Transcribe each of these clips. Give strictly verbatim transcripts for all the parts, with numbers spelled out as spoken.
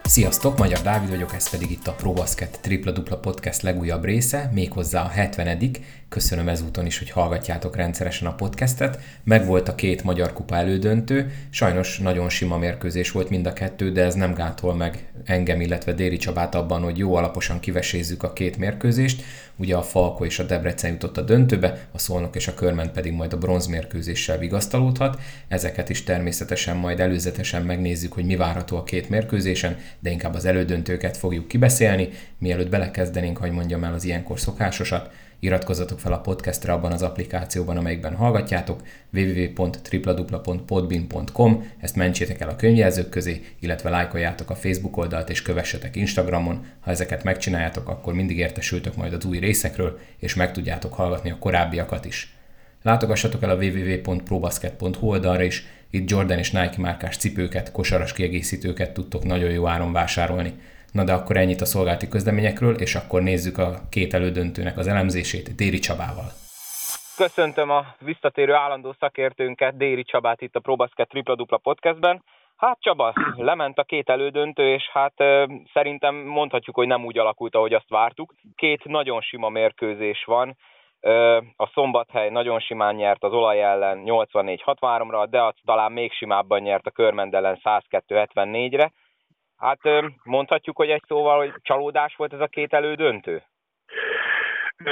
Sziasztok, Magyar Dávid vagyok, ez pedig itt a ProBasket Tripla Dupla Podcast legújabb része, méghozzá a hetvenedik Köszönöm ezúton is, hogy hallgatjátok rendszeresen a podcastet. Megvolt a két Magyar Kupa elődöntő, sajnos nagyon sima mérkőzés volt mind a kettő, de ez nem gátol meg engem, illetve Déri Csabát abban, hogy jó alaposan kivesézzük a két mérkőzést. Ugye a Falko és a Debrecen jutott a döntőbe, a Szolnok és a Körment pedig majd a bronzmérkőzéssel vigasztalódhat. Ezeket is természetesen majd előzetesen megnézzük, hogy mi várható a két mérkőzésen, de inkább az elődöntőket fogjuk kibeszélni. Mielőtt belekezdenénk, hogy mondjam el az ilyenkor szokásosat, iratkozzatok fel a podcastra abban az applikációban, amelyikben hallgatjátok, double-u double-u double-u pont tripla dupla pont podbean pont com, ezt mentsétek el a könyvjelzők közé, illetve lájkoljátok a Facebook oldalt és kövessetek Instagramon. Ha ezeket megcsináljátok, akkor mindig értesültök majd az új részekről, és meg tudjátok hallgatni a korábbiakat is. Látogassatok el a double-u double-u double-u pont probasket pont hu oldalra is, itt Jordan és Nike márkás cipőket, kosaras kiegészítőket tudtok nagyon jó áron vásárolni. Na de akkor ennyit a szolgálati közleményekről, és akkor nézzük a két elődöntőnek az elemzését Déri Csabával. Köszöntöm a visszatérő állandó szakértőnket, Déri Csabát itt a ProBasket Tripla Dupla Podcastben. Hát Csaba, lement a két elődöntő, és hát szerintem mondhatjuk, hogy nem úgy alakult, ahogy azt vártuk. Két nagyon sima mérkőzés van. A Szombathely nagyon simán nyert az Olaj ellen nyolcvannégy hatvanháromra, de az talán még simábban nyert a Körment ellen százkettő hetvennégyre. Hát mondhatjuk, hogy egy szóval, hogy csalódás volt ez a két elődöntő? E,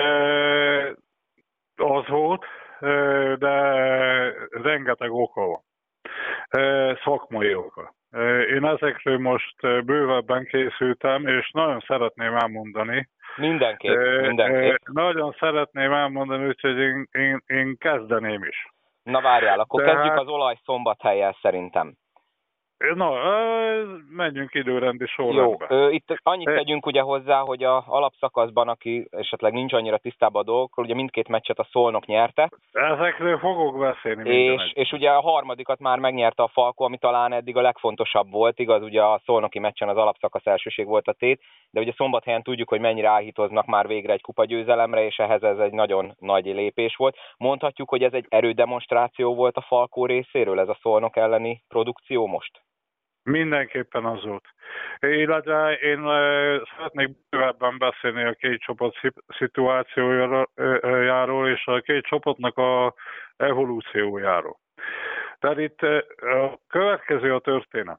az volt, de rengeteg oka van. Szakmai oka. Én ezekről most bővebben készültem, és nagyon szeretném elmondani. Mindenképp, mindenképp. Nagyon szeretném elmondani, úgyhogy én, én, én kezdeném is. Na várjál, akkor Tehát... kezdjük az Olaj Szombathellyel szerintem. Na, menjünk időrendi sorrendbe. Jó, itt annyit tegyünk ugye hozzá, hogy a alapszakaszban, aki esetleg nincs annyira tisztában a dolgokkal, ugye mindkét meccset a Szolnok nyerte. Ezekről fogok beszélni. És, és ugye a harmadikat már megnyerte a Falko, ami talán eddig a legfontosabb volt, igaz, ugye a szolnoki meccsen az alapszakasz elsőség volt a tét, de ugye Szombathelyen tudjuk, hogy mennyire áhítoznak már végre egy kupagyőzelemre, és ehhez ez egy nagyon nagy lépés volt. Mondhatjuk, hogy ez egy erődemonstráció volt a Falko részéről, ez a Szolnok elleni produkció most? Mindenképpen az volt. Illetve én szeretnék bővebben beszélni a két csapat szituációjáról és a két csapatnak a evolúciójáról. Tehát itt a következő a történet.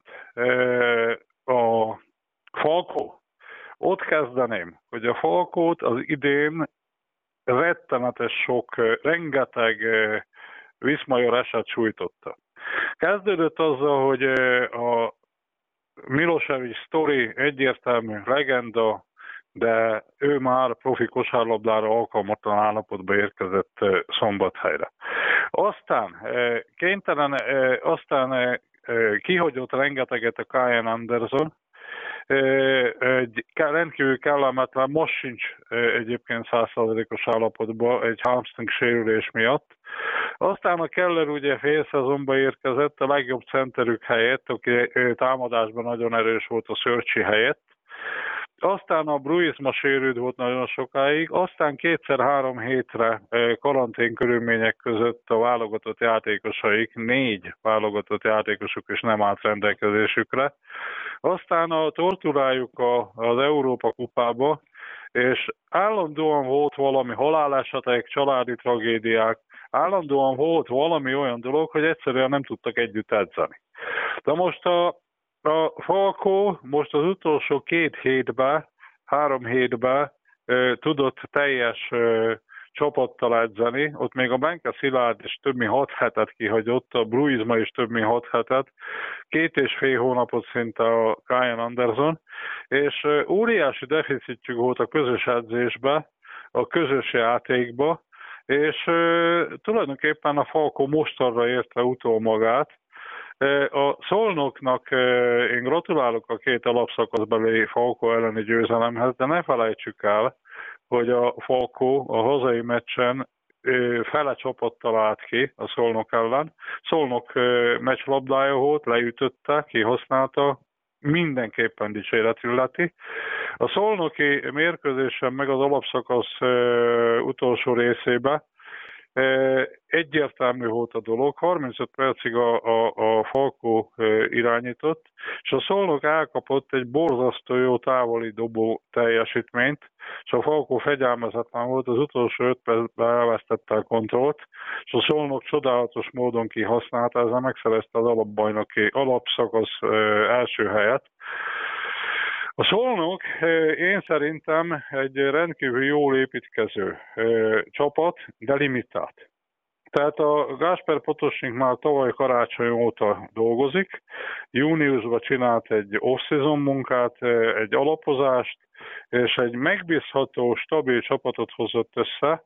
A Falko. Ott kezdeném, hogy a Falkót az idén rettenetes sok, rengeteg Viszmajor eset sújtotta. Kezdődött azzal, hogy a Milosevic sztori egyértelmű legenda, de ő már profi kosárlabdára alkalmatlan állapotba érkezett Szombathelyre. Aztán kénytelen, aztán kihagyott rengeteget a Kyan Anderson, egy rendkívül kellemetlen, most sincs egyébként száz százalékos állapotban egy hamstring sérülés miatt. Aztán a Keller ugye fél szezonba érkezett a legjobb centerük helyett, aki támadásban nagyon erős volt a Szörcsi helyett. Aztán a Bruizma sérült volt nagyon sokáig, aztán kétszer-három hétre karantén körülmények között a válogatott játékosaik, négy válogatott játékosuk is nem állt rendelkezésükre. Aztán a torturájuk az Európa kupába, és állandóan volt valami halálesetek, családi tragédiák, állandóan volt valami olyan dolog, hogy egyszerűen nem tudtak együtt edzeni. De most a A Falko most az utolsó két hétben, három hétben e, tudott teljes e, csapattal edzeni. Ott még a Benke Szilárd is több mint hat hetet kihagyott, a Bruizma is több mint hat hetet, két és fél hónapot szinte a Kyan Anderson, és e, óriási deficitjük volt a közös edzésbe, a közös játékba, és e, tulajdonképpen a Falko mostanra érte utol magát. A Szolnoknak én gratulálok a két alapszakaszbeli Falko elleni győzelemhez, de ne felejtsük el, hogy a Falko a hazai meccsen fele csapattal állt ki a Szolnok ellen. Szolnok meccslabdája volt, leütötte, kihasználta, mindenképpen dicséret illeti. A szolnoki mérkőzésen meg az alapszakasz utolsó részébe Egyértelmű volt a dolog, harmincöt percig a, a, a Falkó irányított, és a Szolnok elkapott egy borzasztó jó távoli dobó teljesítményt, és a Falkó fegyelmezetlen volt, az utolsó öt percben elvesztette a kontrollt, és a Szolnok csodálatos módon kihasználta, ezzel megszerezte az alapbajnoki alapszakasz első helyet. A Szolnok én szerintem egy rendkívül jól építkező csapat, de limitált. Tehát a Gáspár Potosnyik már tavaly karácsony óta dolgozik, júniusban csinált egy off-season munkát, egy alapozást, és egy megbízható, stabil csapatot hozott össze,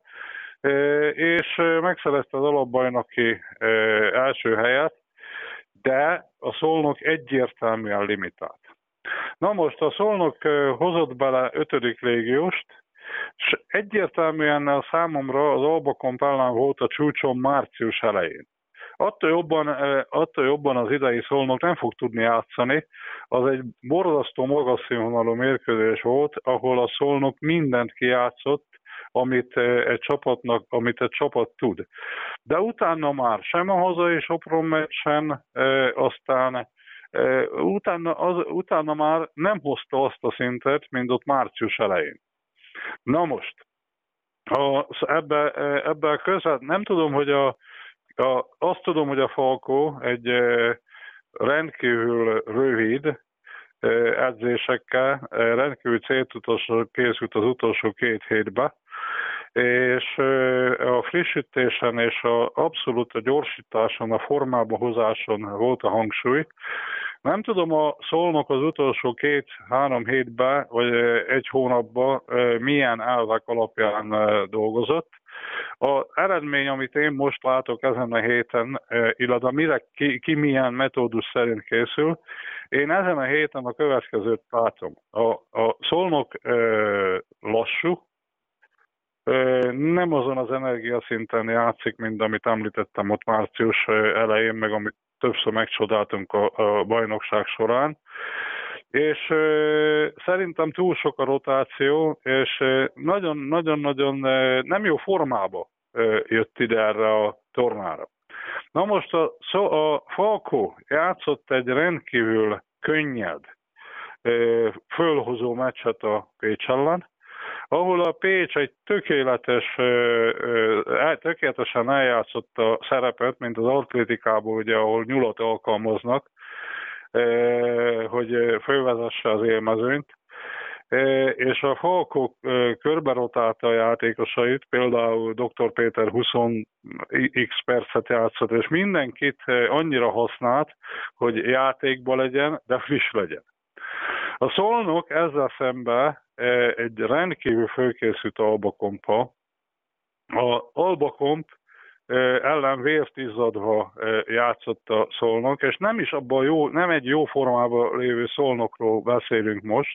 és megszerezte az alapbajnoki első helyet, de a Szolnok egyértelműen limitált. Na most a Szolnok hozott bele ötödik légióst, és egyértelműen a számomra az Albakomp ellen volt a csúcson március elején. Attól jobban, attól jobban az idei Szolnok nem fog tudni játszani, az egy borzasztó magas színvonalú mérkőzés volt, ahol a Szolnok mindent kijátszott, amit egy csapatnak, amit egy csapat tud. De utána már sem a hazai Sopron meccsen, aztán Utána, az, utána már nem hozta azt a szintet, mint ott március elején. Na most, a, ebbe, ebbe között nem tudom, hogy a, a, azt tudom, hogy a Falkó egy rendkívül rövid edzésekkel, rendkívül céltudatosra készült az utolsó két hétbe, és a frissítésen és a, abszolút a gyorsításon, a formába hozáson volt a hangsúly. Nem tudom, a Szolnok az utolsó két-három hétben, vagy egy hónapban milyen elvek alapján dolgozott. Az eredmény, amit én most látok ezen a héten, illetve mire ki, ki milyen metódus szerint készül, én ezen a héten a következőt látom. A, a Szolnok lassú, nem azon az energiaszinten játszik, mint amit említettem ott március elején, meg amit többször megcsodáltunk a, a bajnokság során. És ö, szerintem túl sok a rotáció, és nagyon-nagyon-nagyon nem jó formába ö, jött ide erre a tornára. Na most a, a Falkó játszott egy rendkívül könnyed, ö, fölhozó meccset a Pécs ellen, ahol a Pécs egy tökéletes, tökéletesen eljátszott a szerepet, mint az atlétikából, ugye, ahol nyulat alkalmaznak, hogy fölvezesse az élmezőnyt. És a Falkó körberotálta a játékosait, például doktor Péter húsz x percet játszott, és mindenkit annyira használt, hogy játékba legyen, de friss legyen. A Szolnok ezzel szemben egy rendkívül fölkészült Albakompa. A Albakomp ellen vért izzadva játszott a Szolnok, és nem is abban jó, nem egy jó formában lévő Szolnokról beszélünk most,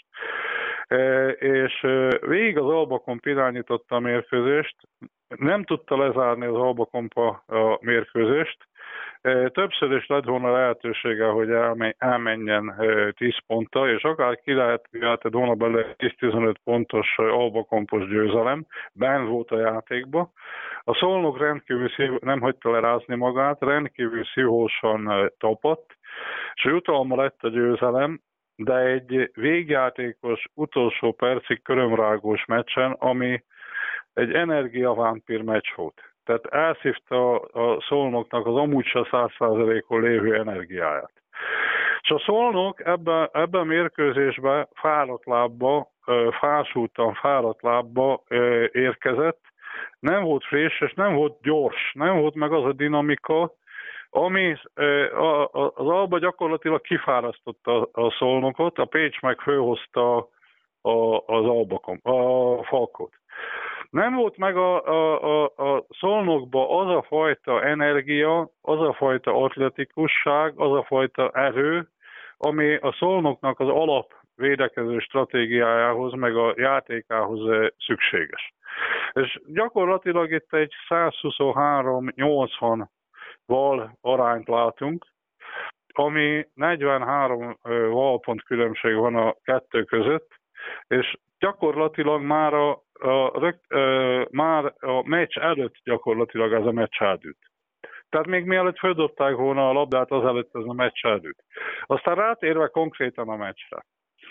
és végig az Albakomp irányította a mérkőzést, nem tudta lezárni az Albakompa a mérkőzést. Többször is lett volna lehetősége, hogy elmenjen tíz ponttal, és akár ki lehet, lehetett volna bele tíz-tizenöt pontos albakompos győzelem, benn volt a játékba. A Szolnok rendkívül szív, nem hagyta lerázni magát, rendkívül szívósan tapadt, és jutalma lett a győzelem, de egy végjátékos, utolsó percig körömrágós meccsen, ami egy energiavámpír meccs volt. Tehát elszívta a Szolnoknak az amúgy se száz százalékon lévő energiáját. És a Szolnok ebben ebbe a mérkőzésben fáradt lábba, fásultan fáradt lábba érkezett, nem volt friss, és nem volt gyors, nem volt meg az a dinamika, ami az Alba gyakorlatilag kifárasztotta a Szolnokot, a Pécs meg fölhozta az Albakom, a Falkót. Nem volt meg a, a, a, a Szolnokban az a fajta energia, az a fajta atletikusság, az a fajta erő, ami a Szolnoknak az alap védekező stratégiájához, meg a játékához szükséges. És gyakorlatilag itt egy százhuszonhárom nyolcvan arányt látunk, ami negyvenhárom valpont különbség van a kettő között, és gyakorlatilag már a a, rögt, ö, már a meccs előtt gyakorlatilag ez a meccs eldőlt. Tehát még mielőtt földobták volna a labdát, azelőtt ez a meccs eldőlt. Aztán rátérve konkrétan a meccsre.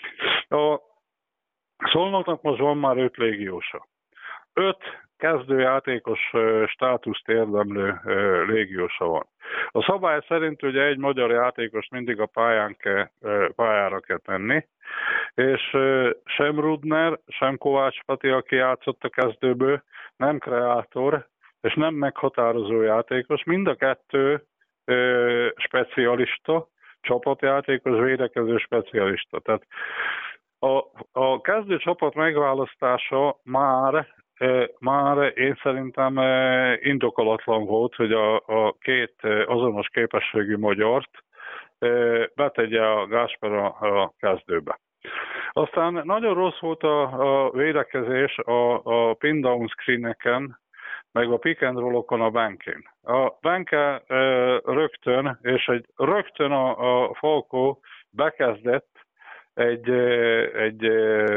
A Szolnoknak most van már öt légiósa. Öt kezdőjátékos státuszt érdemlő légiósa van. A szabály szerint ugye egy magyar játékos mindig a pályán kell, pályára kell tenni, és sem Rudner, sem Kovács Peti, aki játszott a kezdőből, nem kreátor, és nem meghatározó játékos, mind a kettő ö, specialista, csapatjátékos, védekező specialista. Tehát a, a kezdő csapat megválasztása már, ö, már én szerintem ö, indokolatlan volt, hogy a, a két azonos képességű magyart ö, betegye a Gásper a, a kezdőbe. Aztán nagyon rossz volt a, a védekezés a, a pin down screeneken, meg a pick and roll-okon a bankén. A banke e, rögtön, és egy, rögtön a, a Falco bekezdett egy, egy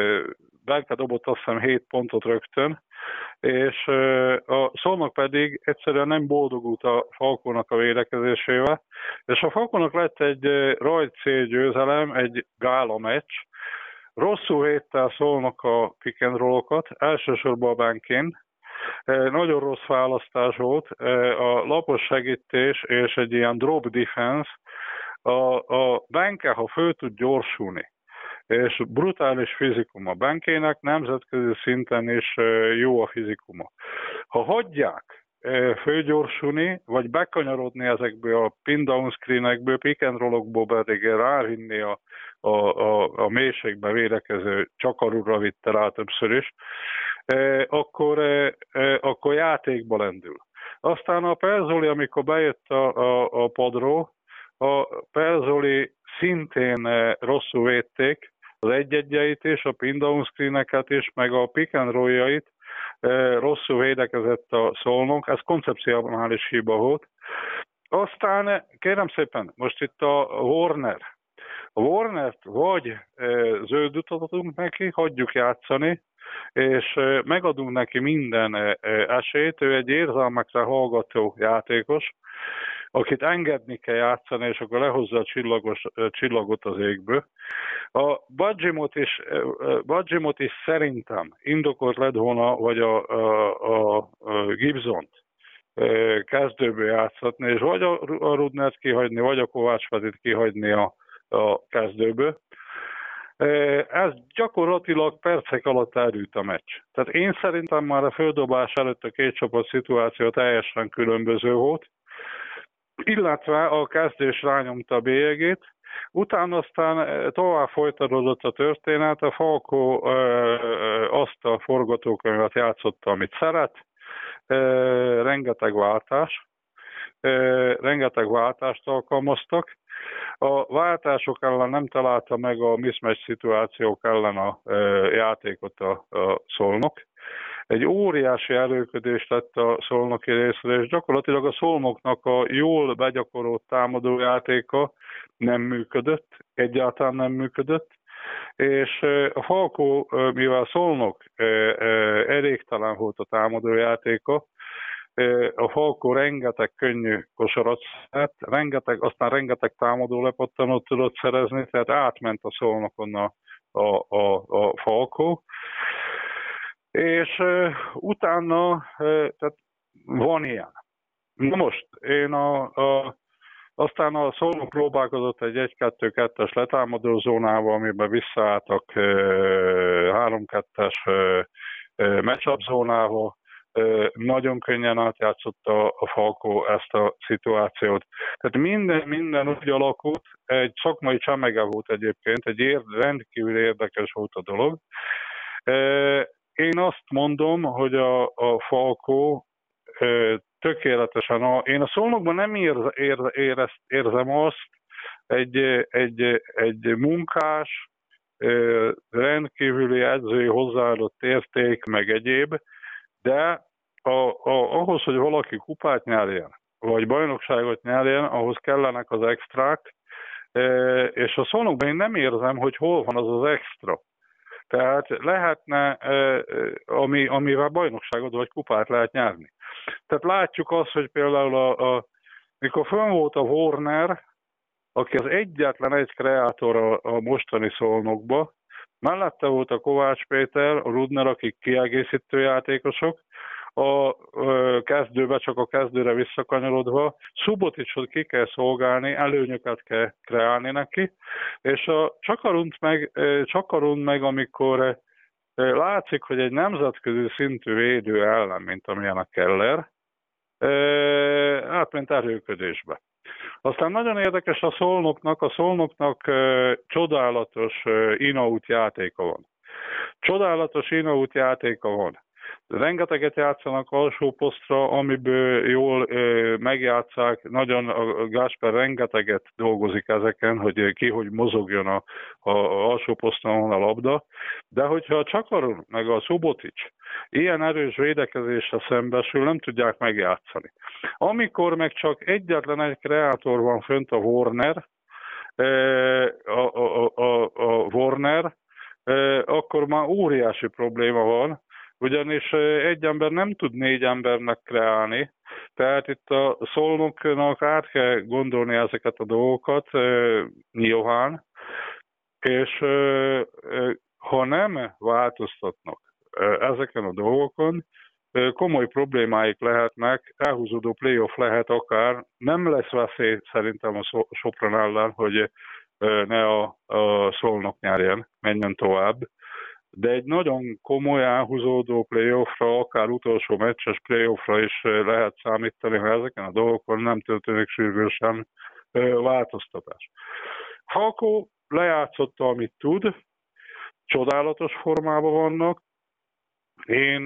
banke dobott azt hiszem hét pontot rögtön, és a Szolnok pedig egyszerűen nem boldogult a Falcónak a védekezésével, és a Falcónak lett egy rajt cél győzelem, egy gála meccs. Rosszul védte a Szolnok a pick and roll-okat, elsősorban a bankén. Nagyon rossz választás volt, a lapos segítés és egy ilyen drop defense. A, a banke, ha föl tud gyorsulni, és brutális fizikum a bankének, nemzetközi szinten is jó a fizikuma. Ha hagyják fölgyorsulni, vagy bekanyarodni ezekből a pin down screenekből, pick and roll-okból pedig rávinni a, a, a, a mélységbe védekező Csakarúra vitte rá többször is, akkor, akkor játékba lendül. Aztán a Perzoli, amikor bejött a, a, a padról, a Perzoli szintén rosszul védték, az egy-egyeit is, a pin down screeneket is, meg a pick and roll-jait rosszul védekezett a Szolnok, ez koncepcionális hiba volt. Aztán kérem szépen, most itt a Warner. A Warnert vagy zöld utat adunk neki, hagyjuk játszani, és megadunk neki minden esélyt, ő egy érzelmekre hallgató játékos, akit engedni kell játszani, és akkor lehozza a csillagos, csillagot az égből. A Badjimot is, Badjimot is szerintem indokolt lett volna, vagy a, a, a Gibsont kezdőből játszatni, és vagy a Rudnert kihagyni, vagy a Kovács Petit kihagyni a, a kezdőből. Ez gyakorlatilag percek alatt elült a meccs. Tehát én szerintem már a földobás előtt a két csapat szituáció teljesen különböző volt, illetve a kezdés rányomta a bélyegét, utána aztán tovább folytatódott a történet, a Falco azt a forgatókönyvet játszotta, amit szeret, rengeteg váltás, rengeteg váltást alkalmaztak. A váltások ellen nem találta meg a mismatch szituációk ellen a játékot a, a Szolnok. Egy óriási erőködést lett a Szolnoki részről, és gyakorlatilag a Szolnoknak a jól begyakorolt támadójátéka nem működött, egyáltalán nem működött, és a Falco, mivel a Szolnok elégtelen volt a támadójátéka, a Falco rengeteg könnyű kosarat szert, rengeteg, aztán rengeteg támadó lepattanót tudott szerezni, tehát átment a Szolnokon a, a, a, a Falco. És uh, utána, uh, tehát van ilyen. Na most, én a, a, aztán a Szolnok próbálkozott egy egy-kettő-kettes letámadó zónával, amiben visszaálltak uh, három-kettes uh, uh, matchup zónával. Uh, nagyon könnyen átjátszott a, a Falco ezt a szituációt. Tehát minden, minden úgy alakult, egy szakmai csemege volt egyébként, egy ér, rendkívül érdekes volt a dolog. Uh, Én azt mondom, hogy a, a Falco ö, tökéletesen, a, én a Szolnokban nem érz, érz, érez, érzem azt, egy, egy, egy munkás, ö, rendkívüli edzői hozzáadott érték, meg egyéb, de a, a, ahhoz, hogy valaki kupát nyerjen, vagy bajnokságot nyerjen, ahhoz kellenek az extrák, ö, és a Szolnokban én nem érzem, hogy hol van az az extra. Tehát lehetne, ami, amivel bajnokságot vagy kupát lehet nyerni. Tehát látjuk azt, hogy például a, a, mikor fönn volt a Warner, aki az egyetlen egy kreátor a, a mostani Szolnokba, mellette volt a Kovács Péter, a Rudner, akik kiegészítő játékosok, a kezdőbe, csak a kezdőre visszakanyarodva, Suboticsot ki kell szolgálni, előnyöket kell kreálni neki, és a Csakarunt meg, Csakarunt meg amikor látszik, hogy egy nemzetközi szintű védő ellen, mint amilyen a Keller, átment erőködésbe. Aztán nagyon érdekes a Szolnoknak, a Szolnoknak csodálatos in-out játéka van. Csodálatos in-out játéka van. Rengeteget játszanak alsó posztra, amiből jól ö, megjátszák, nagyon a Gásper rengeteget dolgozik ezeken, hogy ki, hogy mozogjon a, a, a alsó poszton a labda, de hogyha a Csakarun meg a Subotics ilyen erős védekezésre szembesül, nem tudják megjátszani. Amikor meg csak egyetlen egy kreátor van fönt, a Warner, a, a, a, a Warner, akkor már óriási probléma van, ugyanis egy ember nem tud négy embernek kreálni, tehát itt a Szolnoknak át kell gondolni ezeket a dolgokat nyilván, és ha nem változtatnak ezeken a dolgokon, komoly problémáik lehetnek, elhúzódó playoff lehet akár, nem lesz veszély szerintem a Sopron ellen, hogy ne a, a Szolnok nyerjen, menjen tovább, de egy nagyon komoly elhúzódó playoffra, akár utolsó meccses playoffra is lehet számítani, ha ezeken a dolgokon nem történik sürgősen változtatás. Falkó lejátszotta, amit tud, csodálatos formában vannak. Én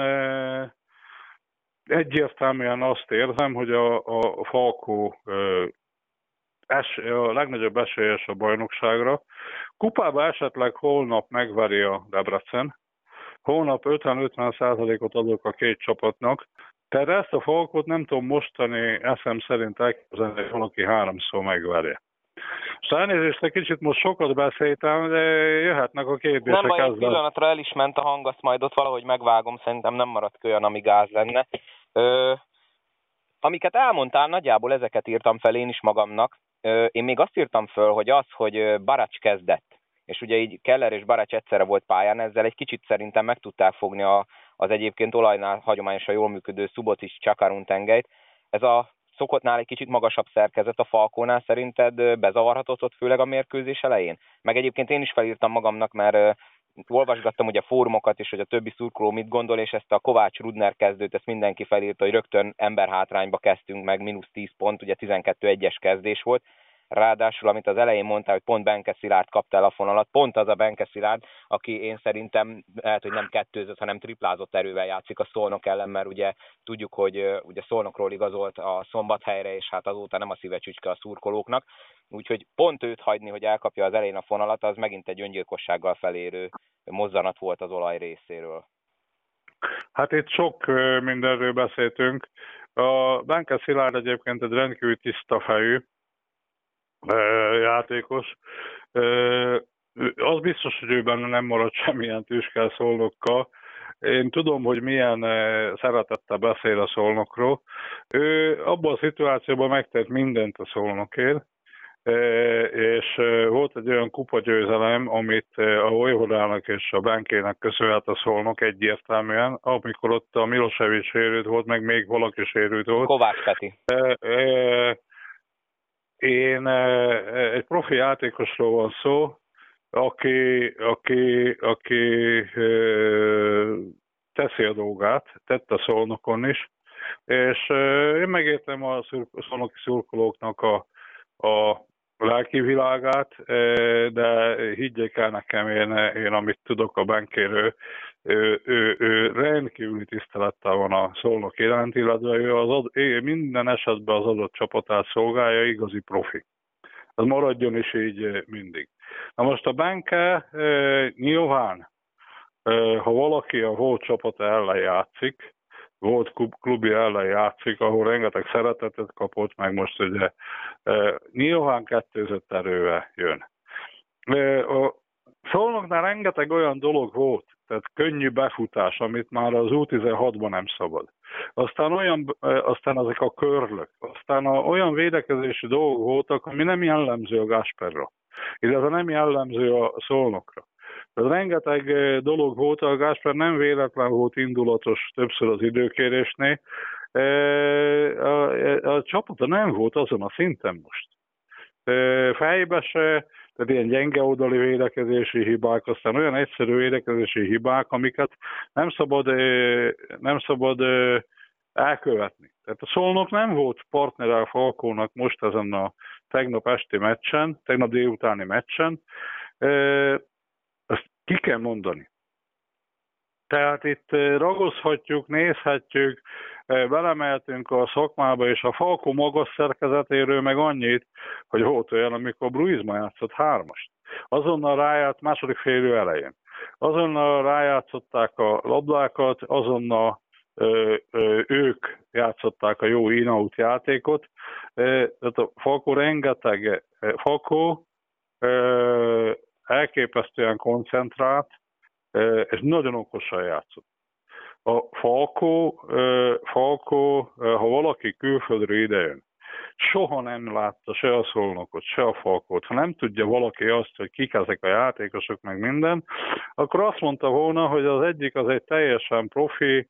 egyértelműen azt érzem, hogy a, a Falkó es, a legnagyobb esélyes a bajnokságra. Kupába esetleg holnap megveri a Debrecen. Holnap ötven-ötven százalékot adok a két csapatnak. Tehát ezt a Falkót nem tudom mostani eszem szerint elképzelni, hogy valaki háromszor megverje. És elnézést, egy kicsit most sokat beszéltem, de jöhetnek a kérdések. Nem baj, egy pillanatra el is ment a hang, azt majd ott valahogy megvágom, szerintem nem maradt ki olyan, ami gáz lenne. Ö, amiket elmondtál, nagyjából ezeket írtam fel én is magamnak. Ö, én még azt írtam föl, hogy az, hogy Baracs kezdett, és ugye így Keller és Baracs egyszerre volt pályán, ezzel egy kicsit szerintem meg tudták fogni a, az egyébként olajnál hagyományosan jól működő Subotics Csakarun tengelyt. Ez a szokottnál egy kicsit magasabb szerkezet a Falkónál szerinted bezavarhatott ott főleg a mérkőzés elején? Meg egyébként én is felírtam magamnak, mert olvasgattam ugye a fórumokat is, hogy a többi szurkoló mit gondol, és ezt a Kovács Rudner kezdőt, ezt mindenki felírta, hogy rögtön emberhátrányba kezdtünk meg, mínusz tíz pont, ugye tizenkettő egyes kezdés volt. Ráadásul, amit az elején mondtál, hogy pont Benke Szilárd kapta el a fonalat, pont az a Benke Szilárd, aki én szerintem lehet, hogy nem kettőzött, hanem triplázott erővel játszik a Szolnok ellen, mert ugye tudjuk, hogy ugye Szolnokról igazolt a Szombathelyre, és hát azóta nem a szíve csücske a szurkolóknak. Úgyhogy pont őt hagyni, hogy elkapja az elején a fonalat, az megint egy öngyilkossággal felérő mozzanat volt az olaj részéről. Hát itt sok mindenről beszéltünk. A Benke Szilárd egyébként egy rendkívül tiszta fejű játékos. Az biztos, hogy ő benne nem maradt semmilyen tüskel Szolnokkal. Én tudom, hogy milyen szeretettel beszél a Szolnokról. Ő abban a szituációban megtett mindent a Szolnokért, és volt egy olyan kupagyőzelem, amit a Vojvodának és a Benkének köszönhet a Szolnok egyértelműen, amikor ott a Milosevic sérült volt, meg még valaki sérült volt. Kovács Peti. Én egy profi játékosról van szó, aki, aki, aki teszi a dolgát, tett a Szolnokon is, és én megértem a szolnoki szurkolóknak a, a lelki világát, de higgyék el nekem, én, én amit tudok a Benkéről, ő, ő, ő rendkívüli tisztelettel van a Szolnok iránt, illetve ő az ad, minden esetben az adott csapatát szolgálja, igazi profi. Az maradjon is így mindig. Na most a Benke nyilván, ha valaki a volt csapata ellen játszik, volt klubi ellen játszik, ahol rengeteg szeretetet kapott, meg most ugye nyilván kettőzött erővel jön. Szolnoknál rengeteg olyan dolog volt, tehát könnyű befutás, amit már az U tizenhatban nem szabad. Aztán olyan, aztán ezek a körlök, aztán a, olyan védekezési dolgok voltak, ami nem jellemző a Gásperra, illetve nem jellemző a Szolnokra. Tehát rengeteg dolog volt, a Gásper nem véletlen volt indulatos többször az időkérésnél. A, a, a csapata nem volt azon a szinten most. Fejbe se, tehát ilyen gyenge oldali védekezési hibák, aztán olyan egyszerű védekezési hibák, amiket nem szabad, nem szabad elkövetni. Tehát a Szolnok nem volt partnere a Falkónak most ezen a tegnap esti meccsen, tegnap délutáni meccsen, ezt ki kell mondani. Tehát itt ragozhatjuk, nézhetjük, belemeltünk a szakmába, és a Falkó magas szerkezetéről meg annyit, hogy volt olyan, amikor Bruizma játszott hármast. Azonnal rájárt második félidő elején. Azonnal rájátszották a labdákat, azonnal ö, ö, ők játszották a jó in-out játékot. Tehát a Falkó rengeteg, Falkó ö, elképesztően koncentrált, és nagyon okosan játszott. A Falkó, Falkó, ha valaki külföldről idejön, soha nem látta se a Szolnokot, se a Falkót. Ha nem tudja valaki azt, hogy kik ezek a játékosok, meg minden, akkor azt mondta volna, hogy az egyik az egy teljesen profi,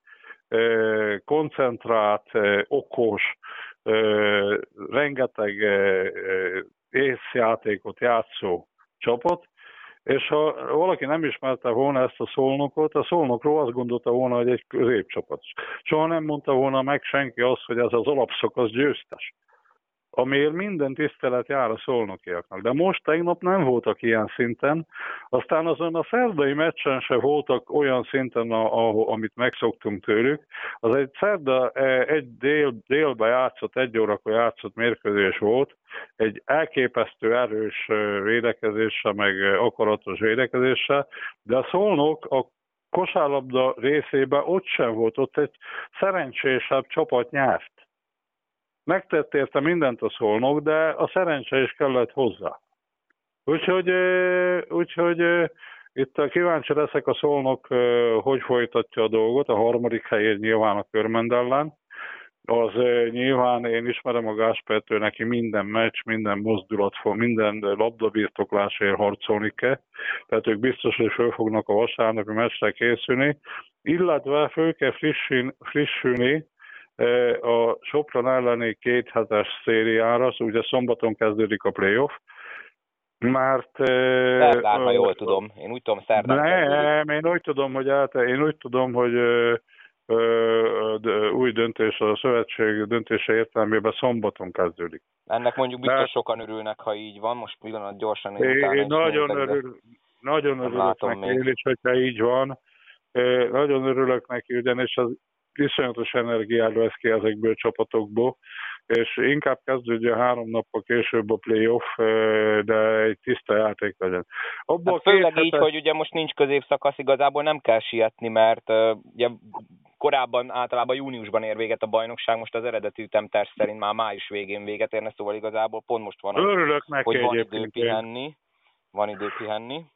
koncentrált, okos, rengeteg észjátékot játszó csapat, és ha valaki nem ismerte volna ezt a Szolnokot, a Szolnokról azt gondolta volna, hogy egy középcsapat. Soha nem mondta volna meg senki azt, hogy ez az alapszakasz győztes, amiért minden tisztelet jár a szolnokiaknak. De most tegnap nem voltak ilyen szinten, aztán azon a szerdai meccsen se voltak olyan szinten, ahol, amit megszoktunk tőlük. Az egy szerda, egy dél, délbe játszott, egy órakor játszott mérkőzés volt, egy elképesztő erős védekezéssel, meg akaratos védekezéssel, de a Szolnok a kosárlabda részében ott sem volt, ott egy szerencsésebb csapat nyert. Megtett érte mindent a Szolnok, de a szerencse is kellett hozzá. Úgyhogy, úgyhogy itt kíváncsi leszek a Szolnok, hogy folytatja a dolgot, a harmadik helyén nyilván a Körmend ellen. Az nyilván én ismerem a Gáspertől, neki minden meccs, minden mozdulat, minden labdabirtoklásért harcolni kell. Tehát ők biztos, hogy föl fognak a vasárnapi meccsre készülni, illetve föl kell frissülni a Sopron elleni két hetes szériára, ugye szombaton kezdődik a playoff, mert... Szerdán, ha jól tudom. Én úgy tudom, szerdán Nem, én úgy tudom, hogy át, én úgy tudom, hogy ö, ö, új döntés, a szövetség döntése értelmében szombaton kezdődik. Ennek mondjuk biztos Mert... sokan örülnek, ha így van. Most pillanat gyorsan én, én, én nagyon, örül, nagyon örülök neki, én is, hogyha így van. É, nagyon örülök neki, ugyanis az iszonyatos energiát vesz ki ezekből a csapatokból, és inkább kezdődjön három nappal később a playoff, de egy tiszta játék legyen. Abba hát főleg hetes... így, hogy ugye most nincs középszakasz, igazából nem kell sietni, mert uh, ugye korábban általában júniusban ér véget a bajnokság, most az eredeti ütemterv szerint már május végén véget érne, szóval igazából pont most van, Örülök neki, hogy van idő pihenni. Van idő pihenni.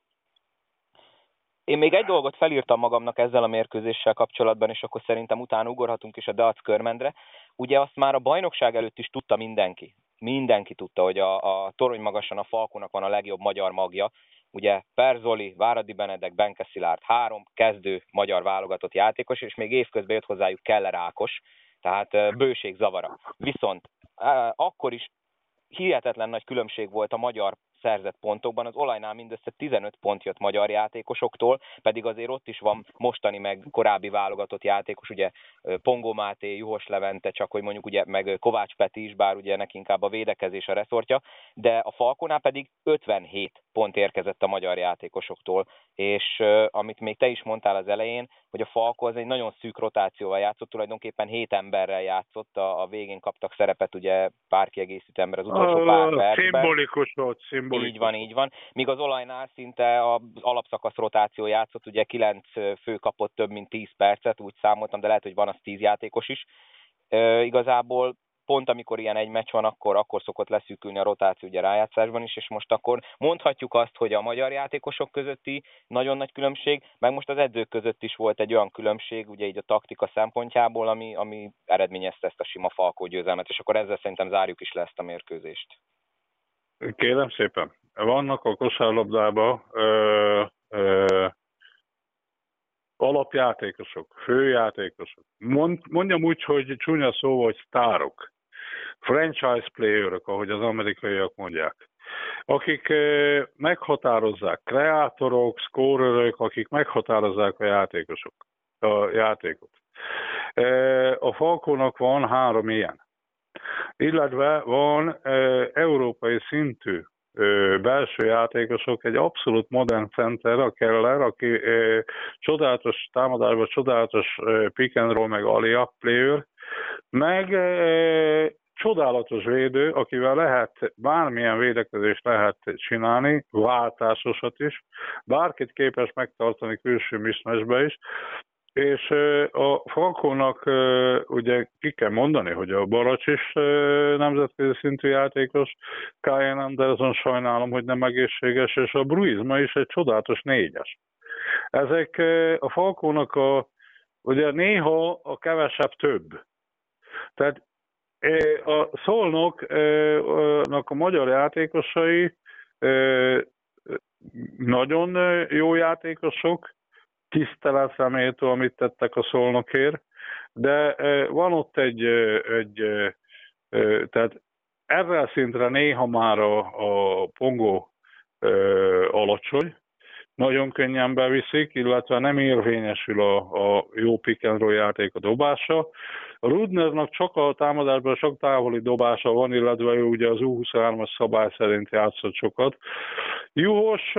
Én még egy dolgot felírtam magamnak ezzel a mérkőzéssel kapcsolatban, és akkor szerintem utána ugorhatunk is a Deac Körmendre. Ugye azt már a bajnokság előtt is tudta mindenki. Mindenki tudta, hogy a, a torony magasan a Falkónak van a legjobb magyar magja. Ugye Perzoli, Váradi Benedek, Benke Szilárd, három kezdő magyar válogatott játékos, és még évközben jött hozzájuk Keller Ákos, tehát bőség zavara. Viszont akkor is hihetetlen nagy különbség volt a magyar szerzett pontokban, az olajnál mindössze tizenöt pont jött magyar játékosoktól, pedig azért ott is van mostani meg korábbi válogatott játékos, ugye Pongó Máté, Juhos Levente, csak hogy mondjuk ugye meg Kovács Peti is, bár ugye neki inkább a védekezés a reszortja, de a Falkónál pedig ötvenhét pont érkezett a magyar játékosoktól, és uh, amit még te is mondtál az elején, hogy a Falkó az egy nagyon szűk rotációval játszott, tulajdonképpen hét emberrel játszott, a, a végén kaptak szerepet, ugye pár kiegészítő ember az utolsó pár percben. Szimbolikus volt, szimbolikus. Így van, így van. Míg az olajnál szinte az alapszakasz rotáció játszott, ugye kilenc fő kapott több mint tíz percet, úgy számoltam, de lehet, hogy van az tíz játékos is. E, igazából pont amikor ilyen egy meccs van, akkor, akkor szokott leszűkülni a rotáció ugye rájátszásban is, és most akkor mondhatjuk azt, hogy a magyar játékosok közötti nagyon nagy különbség, meg most az edzők között is volt egy olyan különbség, ugye így a taktika szempontjából, ami, ami eredményezte ezt a sima Falkó győzelmet, és akkor ezzel szerintem zárjuk is le ezt a mérkőzést. Kérem szépen, vannak a kosárlabdában ö, ö, alapjátékosok, főjátékosok. Mond, mondjam úgy, hogy csúnya szó, hogy sztárok. Franchise playerök, ahogy az amerikaiak mondják. Akik ö, meghatározzák, kreátorok, scorerök, akik meghatározzák a játékosok, a játékot. Ö, a Falkónak van három ilyen. Illetve van ö, európai szintű ö, belső játékosok, egy abszolút modern center, a Keller, aki ö, csodálatos támadásban, csodálatos ö, pick and roll, meg alley-up player, meg ö, csodálatos védő, akivel lehet bármilyen védekezést lehet csinálni, váltásosat is, bárkit képes megtartani külső mismatchbe is, és a Falkónak ugye ki kell mondani, hogy a Baracs is nemzetközi szintű játékos, Kyan Anderson sajnálom, hogy nem egészséges, és a Bruizma is egy csodálatos négyes. Ezek a Falkónak a, ugye néha a kevesebb több. Tehát a Szolnoknak a magyar játékosai nagyon jó játékosok, tiszteletre méltó, amit tettek a Szolnokért, de van ott egy, egy tehát erre a szintre néha már a, a pongó alacsony, nagyon könnyen beviszik, illetve nem érvényesül a, a jó pick and roll játék a dobása. A Rudnernak csak a támadásban sok távoli dobása van, illetve ő ugye az U huszonhármas szabály szerint játszott sokat. Juhos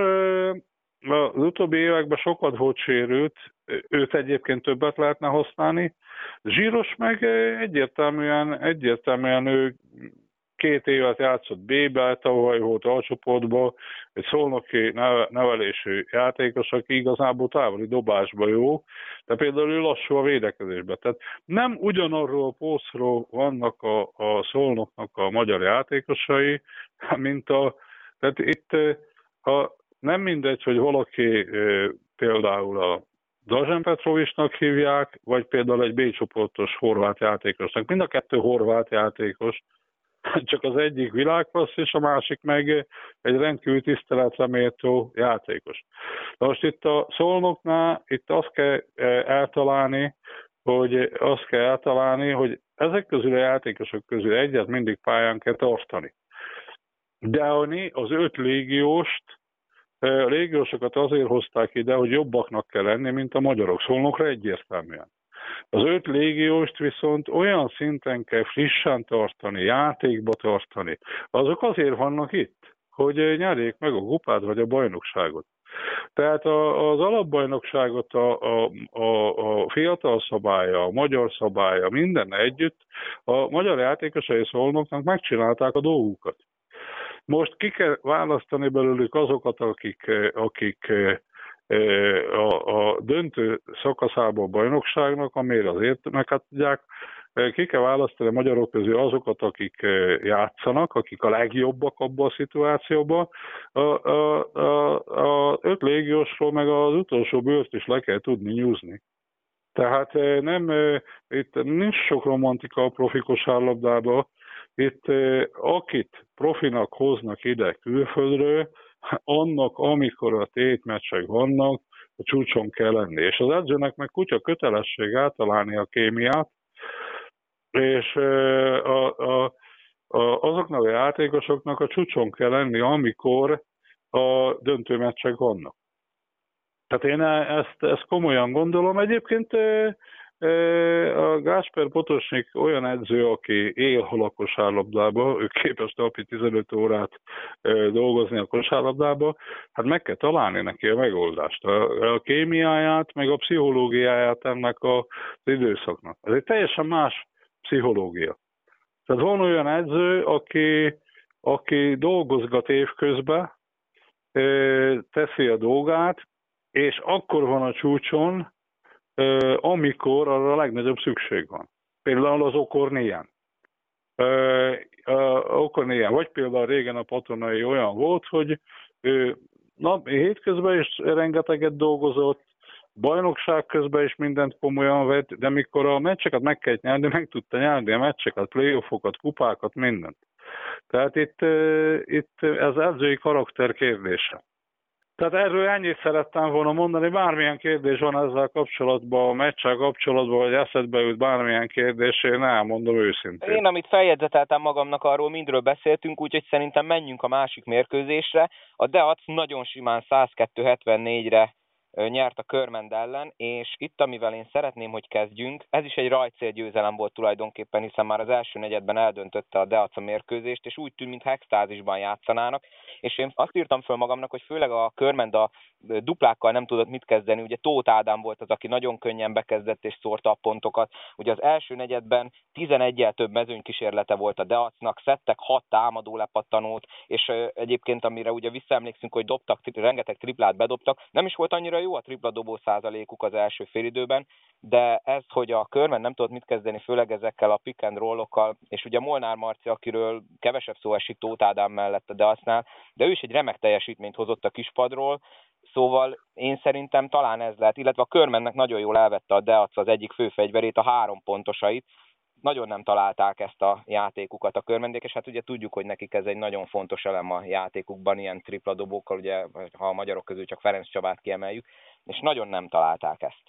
az utóbbi években sokat volt sérült, őt egyébként többet lehetne használni. Zsíros meg egyértelműen, egyértelműen ő két évet játszott B-be, tavaly volt alcsoportban, egy szolnoki nevelésű játékos, aki igazából távoli dobásba jó, de például ő lassú a védekezésben. Tehát nem ugyanarról a posztról vannak a, a Szolnoknak a magyar játékosai, mint a... Tehát itt a, nem mindegy, hogy valaki például a Dražen Petrovicsnak hívják, vagy például egy B-csoportos horvát játékosnak. Mind a kettő horvát játékos, csak az egyik világklassz, és a másik meg egy rendkívül tiszteletre méltó játékos. De most itt a Szolnoknál itt azt kell eltalálni, hogy azt kell eltalálni, hogy ezek közül a játékosok közül egyet mindig pályán kell tartani. De az öt légióst, a légiósokat azért hozták ide, hogy jobbaknak kell lenni, mint a magyarok. Szolnokra egyértelműen. Az öt légióst viszont olyan szinten kell frissen tartani, játékba tartani. Azok azért vannak itt, hogy nyerjék meg a kupát vagy a bajnokságot. Tehát az alapbajnokságot a, a, a, a fiatal szabálya, a magyar szabálya, minden együtt a magyar játékosai Szolnoknak megcsinálták a dolgukat. Most ki kell választani belőlük azokat, akik, akik a, a döntő szakaszában a bajnokságnak, amire az értelmeket adják, ki kell választani a magyarok közül azokat, akik játszanak, akik a legjobbak abban a szituációban. A, a, a, a öt légiósról meg az utolsó bőrt is le kell tudni nyúzni. Tehát nem, itt nincs sok romantika a profi kosárlabdában. Itt akit profinak hoznak ide külföldről, annak, amikor a tétmeccsek vannak, a csúcson kell lenni. És az edzőnek meg kutya kötelesség általálni a kémiát, és a, a, a, azoknak a játékosoknak a csúcson kell lenni, amikor a döntőmeccsek vannak. Tehát én ezt, ezt komolyan gondolom. Egyébként a Gáspár Potosnyik olyan edző, aki él-hal a kosárlabdába, ő képes napi tizenöt órát dolgozni a kosárlabdába, hát meg kell találni neki a megoldást, a, a kémiáját, meg a pszichológiáját ennek az időszaknak. Ez egy teljesen más pszichológia. Tehát van olyan edző, aki, aki dolgozgat évközben, teszi a dolgát, és akkor van a csúcson, amikor arra a legnagyobb szükség van. Például az Okorn ilyen. Ö, ö, okon ilyen. Vagy például régen a Patonai olyan volt, hogy ő nap, hétközben is rengeteget dolgozott, bajnokság közben is mindent komolyan vett, de mikor a meccseket meg kellett nyerni, meg tudta nyerni a meccseket, playoffokat, kupákat, mindent. Tehát itt, itt ez edzői karakter kérdése. Tehát erről ennyit szerettem volna mondani, bármilyen kérdés van ezzel kapcsolatban, a meccsel kapcsolatban, vagy eszedbe jut bármilyen kérdés, én elmondom őszintén. Én, amit feljegyzeteltem magamnak, arról mindről beszéltünk, úgyhogy szerintem menjünk a másik mérkőzésre. A Deac nagyon simán száz kettő hetvennégyre nyert a Körmend ellen, és itt, amivel én szeretném, hogy kezdjünk, ez is egy rajtcélgyőzelem volt tulajdonképpen, hiszen már az első negyedben eldöntötte a Deac a mérkőzést, és úgy tűnt, mintha extázisban játszanának, és én azt írtam föl magamnak, hogy főleg a Körmend a duplákkal nem tudott mit kezdeni, ugye Tóth Ádám volt az, aki nagyon könnyen bekezdett és szórta a pontokat, ugye az első negyedben tizeneggyel több mezőnykísérlete volt a Deacnak, szedtek hat támadó lepattanót, és egyébként amire ugye visszaemlékszünk, hogy dobtak, rengeteg triplát bedobtak, nem is volt annyira jó a tripla dobó százalékuk az első félidőben, de ez, hogy a Körmend nem tudott mit kezdeni, főleg ezekkel a pick and roll-okkal, és ugye Molnár Marci, akiről kevesebb szó esik Tóth Ádám mellett a Deacnál, de ő is egy remek teljesítményt hozott a kispadról, szóval én szerintem talán ez lehet, illetve a Körmendnek nagyon jól elvette a Deac az egyik fő fegyverét, a három pontosait, nagyon nem találták ezt a játékukat a Körmendék, és hát ugye tudjuk, hogy nekik ez egy nagyon fontos elem a játékukban, ilyen tripla dobókkal, ugye, ha a magyarok közül csak Ferenc Csabát kiemeljük, és nagyon nem találták ezt.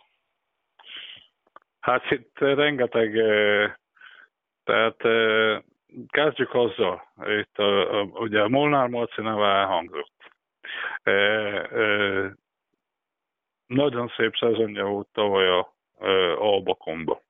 Hát itt rengeteg, tehát kezdjük azzal, itt a, a, ugye Molnár Marci neve elhangzott. E, e, nagyon szép szezonja volt tavaly a e, Albakomba.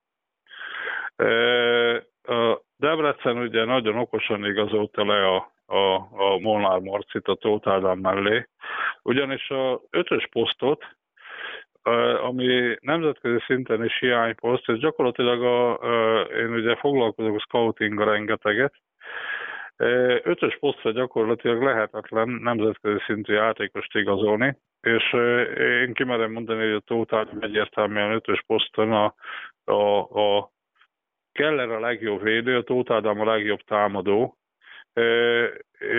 A Debrecen ugye nagyon okosan igazolta le a, a, a Molnár Marcit a Tóth Ádám mellé, ugyanis a ötös posztot, ami nemzetközi szinten is hiányposzt, és gyakorlatilag a, a, én ugye foglalkozok a scoutinggal rengeteget, ötös posztra gyakorlatilag lehetetlen nemzetközi szintű játékost igazolni, és én kimerem mondani, hogy a Tóth Ádám egyértelműen ötös poszton a, a, a Keller a legjobb védő, a Tóth Ádám a legjobb támadó, e, e,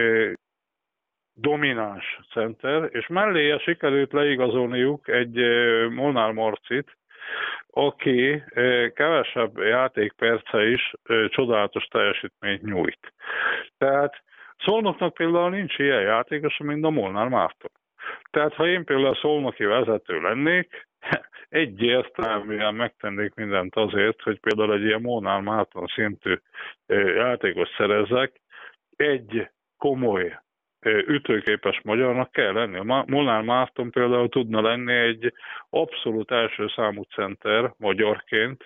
domináns center, és melléje sikerült leigazolniuk egy e, Molnár Marcit, aki e, kevesebb játékperce is e, csodálatos teljesítményt nyújt. Tehát Szolnoknak például nincs ilyen játékos, mint a Molnár Márton. Tehát ha én például szolnoki vezető lennék, egyértelműen megtennék mindent azért, hogy például egy ilyen Molnár Márton szintű játékos szerezzek, egy komoly ütőképes magyarnak kell lenni. A Molnár Márton például tudna lenni egy abszolút első számú center magyarként,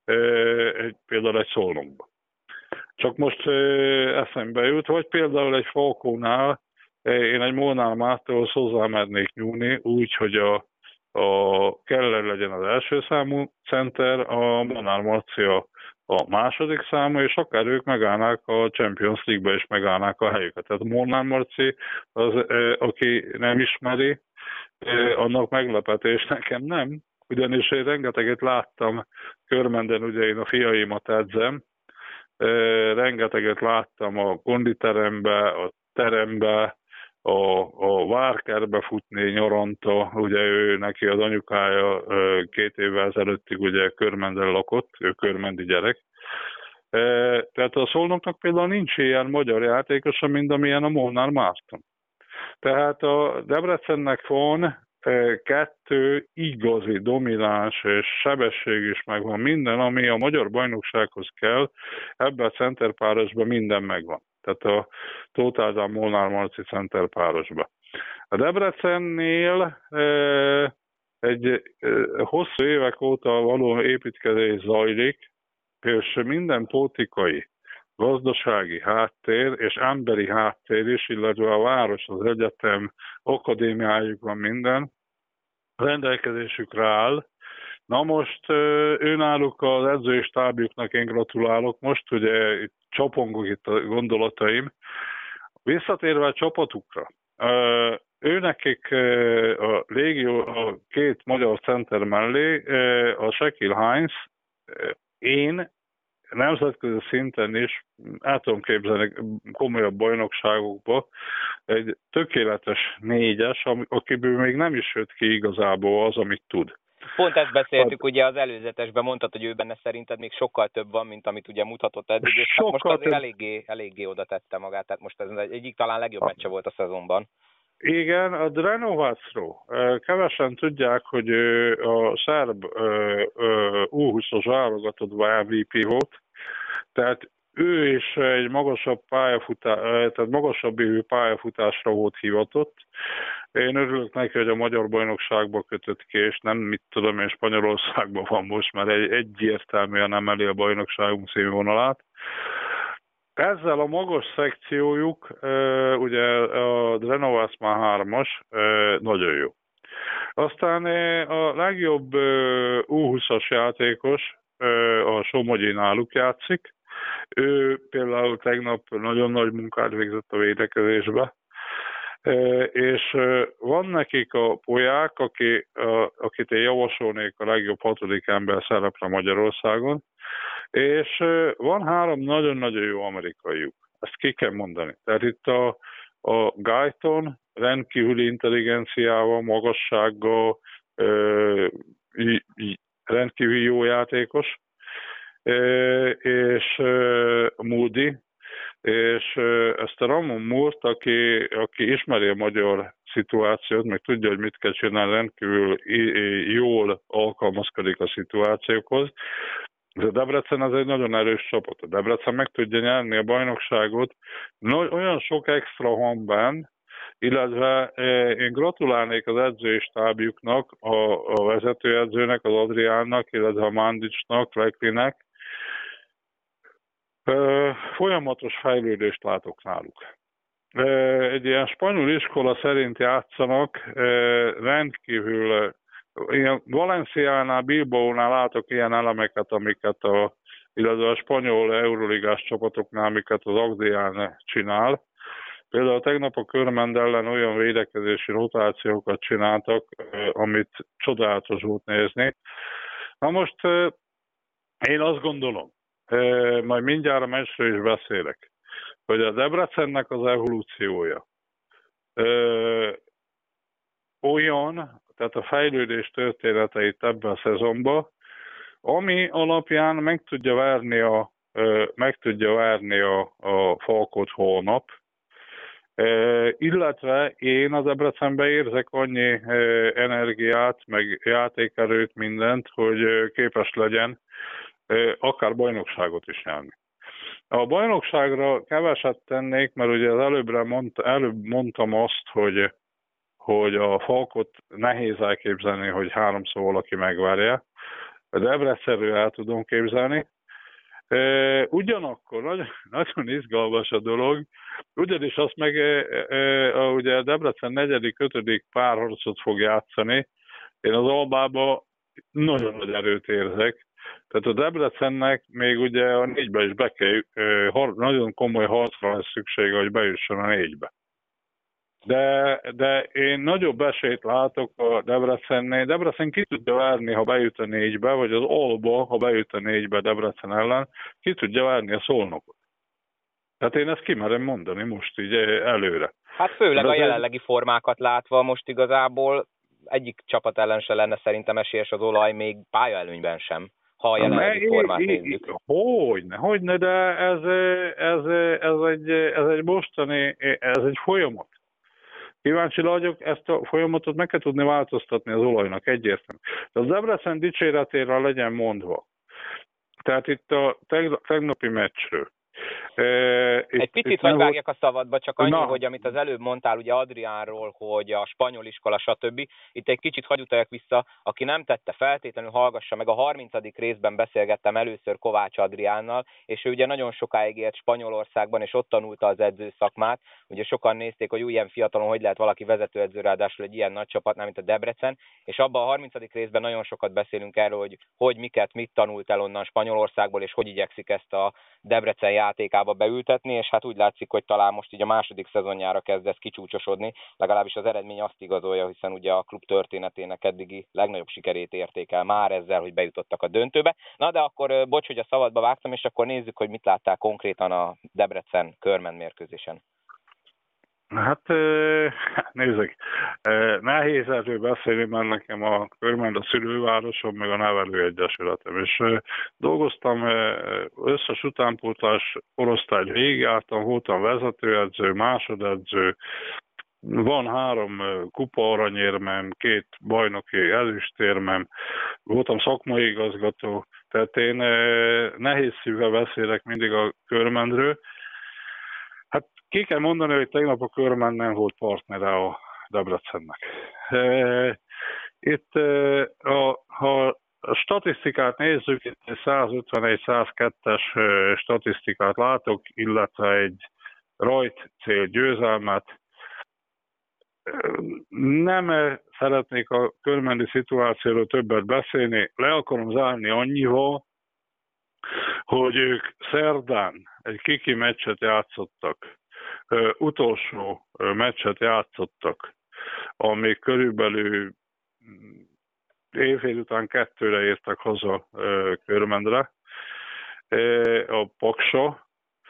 például egy Szolnokban. Csak most eszembe jut, vagy például egy Falkónál én egy Molnár Mártonhoz hozzámernék nyúlni, úgy, hogy a, a Keller legyen az első számú center, a Molnár Marci a, a második számú, és akár ők megállnák a Champions League-be is megállnák a helyüket. Tehát Molnár Marci, az, aki nem ismeri, annak meglepetés, nekem nem, ugyanis én rengeteget láttam Körmenden, ugye én a fiaimat edzem, rengeteget láttam a konditerembe, a terembe, a, a Várkerbe futni nyaranta, ugye ő neki az anyukája két évvel ezelőttig ugye Körmenden lakott, ő körmendi gyerek. Tehát a Szolnoknak például nincs ilyen magyar játékosa, mint amilyen a Molnár Márton. Tehát a Debrecennek van kettő igazi, domináns és sebesség is megvan, minden, ami a magyar bajnoksághoz kell, ebben a centerpárosban minden megvan. Tehát a Tóth Ádám Molnár Marci centerpárosban. A Debrecennél e, egy e, hosszú évek óta való építkezés zajlik, és minden politikai, gazdasági háttér és emberi háttér is, illetve a város, az egyetem, akadémiájuk van minden, rendelkezésükre áll. Na most őnáluk az edzői stábjuknak én gratulálok most, ugye itt csapongok itt a gondolataim. Visszatérve a csapatukra, őnekik a légió, a két magyar center mellé, a Shaquille Hines, én nemzetközi szinten is el tudom képzelni komolyabb bajnokságokba egy tökéletes négyes, akiből még nem is jött ki igazából az, amit tud. Pont ezt beszéltük, ugye az előzetesben mondtad, hogy ő benne szerinted még sokkal több van, mint amit ugye mutatott eddig, és hát most azért több... eléggé, eléggé oda tette magát, tehát most ez egyik talán legjobb meccse volt a szezonban. Igen, a Drenovácról. Kevesen tudják, hogy a szerb U húszas válogatottban em vé pé volt, tehát ő is egy magasabb pályafutás, tehát magasabb évű pályafutásra volt hivatott. Én örülök neki, hogy a magyar bajnokságba kötött ki, és nem mit tudom én, Spanyolországban van most, mert egy, egyértelműen emeli a bajnokságunk színvonalát. Ezzel a magas szekciójuk, ugye a Drenovac már hármas, nagyon jó. Aztán a legjobb U húszas játékos, a Somogyi náluk játszik. Ő például tegnap nagyon nagy munkát végzett a védekezésbe, és van nekik a Polyák, aki, akit én javasolnék a legjobb hatodik ember szerepre Magyarországon, és van három nagyon-nagyon jó amerikaiuk. Ezt ki kell mondani. Tehát itt a, a Guyton rendkívüli intelligenciával, magassággal, rendkívül jó játékos, és Moody, és ezt a Ramon Moore-t, aki, aki ismeri a magyar szituációt, meg tudja, hogy mit kell csinálni, rendkívül jól alkalmazkodik a szituációkhoz. De Debrecen az egy nagyon erős csapat. A Debrecen meg tudja nyerni a bajnokságot. No, olyan sok extra van benn, illetve én gratulálnék az edzői stábjuknak, a, a vezetőedzőnek, az Adriánnak, illetve a Mandicsnak, Leklinek. Folyamatos fejlődést látok náluk. Egy ilyen spanyol iskola szerint játszanak, rendkívül, ilyen Valenciánál, Bilbaónál látok ilyen elemeket, amiket a, illetve a spanyol euroligás csapatoknál, amiket az Agdián csinál. Például tegnap a Körmend ellen olyan védekezési rotációkat csináltak, amit csodálatos volt nézni. Na most én azt gondolom, majd mindjárt a meccsről is beszélek, hogy a Debrecennek az evolúciója olyan, tehát a fejlődés történeteit ebben a szezonban, ami alapján meg tudja várni a, meg tudja várni a, a Falkot holnap, illetve én az Debrecenben érzek annyi energiát, meg játékerőt, mindent, hogy képes legyen akár bajnokságot is nyerni. A bajnokságra keveset tennék, mert ugye az előbbre mondta, előbb mondtam azt, hogy, hogy a Falkot nehéz elképzelni, hogy háromszor valaki megvárja. A Debrecenről el tudom képzelni. Ugyanakkor nagyon, nagyon izgalmas a dolog, ugyanis azt meg ugye a Debrecen negyedik, ötödik párharcot fog játszani. Én az Albába nagyon nagy erőt érzek. Tehát a Debrecennek még ugye a négybe is be kell, nagyon komoly harcra lesz szüksége, hogy bejusson a négybe. De, de én nagyobb esélyt látok a Debrecennél. Debrecen ki tudja várni, ha bejut a négybe, vagy az Alba, ha bejut a négybe Debrecen ellen, ki tudja várni a Szolnokot. Tehát én ezt kimerem mondani most így előre. Hát főleg de a jelenlegi formákat látva most igazából egyik csapat ellen se lenne szerintem esélyes az Olaj, még pályaelőnyben sem, ha a jelenlegi ne, formát nézzük. Hogyne, hogyne, de ez, ez, ez, egy, ez egy mostani, ez egy folyamat. Kíváncsi vagyok, ezt a folyamatot meg kell tudni változtatni az Olajnak egyértelmű. De az Debrecen dicséretére legyen mondva. Tehát itt a tegnapi meccsről. Egy picit vagy vágjak a szabadba, csak annyi, Na. hogy amit az előbb mondtál ugye Adriánról, hogy a spanyol iskola, stb. Itt egy kicsit hagy utaljak vissza, aki nem tette, feltétlenül hallgassa meg, a harmincadik részben beszélgettem először Kovács Adriánnal, és ő ugye nagyon sokáig élt Spanyolországban, és ott tanulta az edzőszakmát. Ugye sokan nézték, hogy ilyen fiatalon hogy lehet valaki vezetőedző, ráadásul egy ilyen nagy csapatnál, mint a Debrecen, és abban a harmincadik részben nagyon sokat beszélünk erről, hogy hogy miket, mit tanult el onnan Spanyolországból, és hogy igyekszik ezt a Debrecen játékába beültetni, és hát úgy látszik, hogy talán most így a második szezonjára kezd ez kicsúcsosodni, legalábbis az eredmény azt igazolja, hiszen ugye a klub történetének eddigi legnagyobb sikerét értékel már ezzel, hogy bejutottak a döntőbe. Na de akkor bocs, hogy a szabadba vágtam, és akkor nézzük, hogy mit láttál konkrétan a Debrecen-Körmen mérkőzésen. Hát nézzük, nehéz erről beszélni, mert nekem a Körmend a szülővárosom, meg a nevelőegyesületem, és dolgoztam összes utánpótlás korosztály végigjártam, voltam vezetőedző, másodedző, van három kupa aranyérmem, két bajnoki ezüstérmem, voltam szakmai igazgató, tehát én nehéz szívvel beszélek mindig a Körmendről. Hát ki kell mondani, hogy tegnap a Körmend nem volt partnere a Debrecennek. Itt, ha a statisztikát nézzük, itt egy százötvenegy százkettes statisztikát látok, illetve egy rajt cél győzelmet. Nem szeretnék a körmendi szituációról többet beszélni, le akarom zárni annyival, hogy ők szerdán egy kiki meccset játszottak, utolsó meccset játszottak, ami körülbelül évfél után kettőre értek haza Körmendre, a Paksa,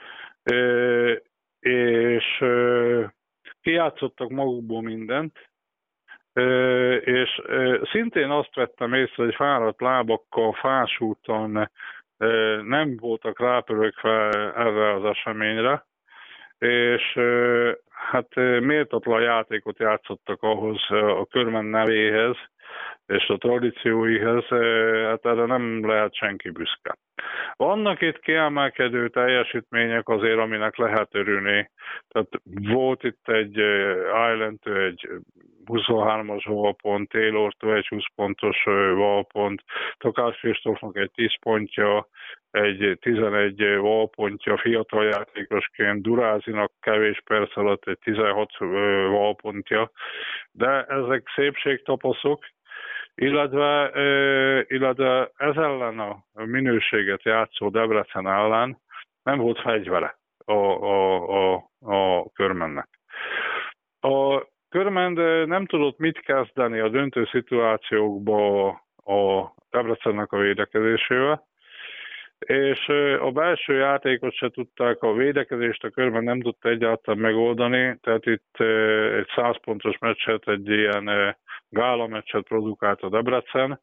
és kijátszottak magukból mindent, és szintén azt vettem észre, hogy fáradt lábakkal, fás úton nem voltak rápörögve erre az eseményre, és hát méltatlan játékot játszottak ahhoz a Körmend nevéhez, és a tradícióihez, hát erre nem lehet senki büszke. Vannak itt kiemelkedő teljesítmények azért, aminek lehet örülni. Tehát volt itt egy Islandtől egy huszonhármas valpont, Taylortól egy húsz pontos valpont, Takás Kristófnak egy tíz pontja, egy tizenegy valpontja, fiatal játékosként, Durázinak kevés perc alatt egy tizenhat valpontja, de ezek szépségtapaszok, illetve, illetve ez ellen a minőséget játszó Debrecen ellen nem volt fegyvere a, a, a, a Körmendnek. A Körmend nem tudott mit kezdeni a döntő szituációkba a Debrecennek a védekezésével, és a belső játékot se tudták, a védekezést a Körmend nem tudta egyáltalán megoldani, tehát itt egy száz pontos meccset, egy ilyen gála meccset produkált a Debrecen.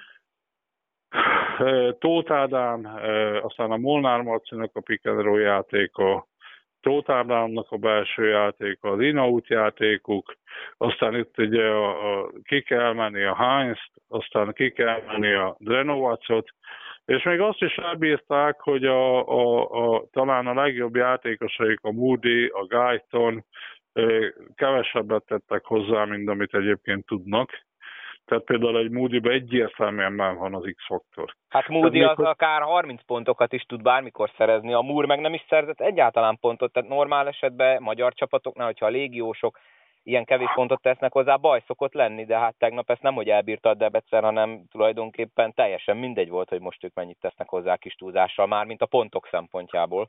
Tóth Ádám, aztán a Molnár Marcinak a pick and roll játéka, Tóth Ádámnak a belső játéka, az in-out játékuk, aztán itt ugye a, a, ki kell menni a Heinzt, aztán ki kell menni a Drenovacot, és még azt is elbírták, hogy a, a, a, talán a legjobb játékosaik, a Moody, a Guyton kevesebbet tettek hozzá, mint amit egyébként tudnak. Tehát például egy Moody-be egyértelműen már van az X-faktor. Hát Moody az akár harminc pontokat is tud bármikor szerezni, a Moore meg nem is szerzett egyáltalán pontot, tehát normál esetben magyar csapatoknál, hogyha a légiósok ilyen kevés pontot tesznek hozzá, baj szokott lenni, de hát tegnap ezt nem, hogy elbírta a Debrecen, hanem tulajdonképpen teljesen mindegy volt, hogy most ők mennyit tesznek hozzá kis túlzással, már mint a pontok szempontjából.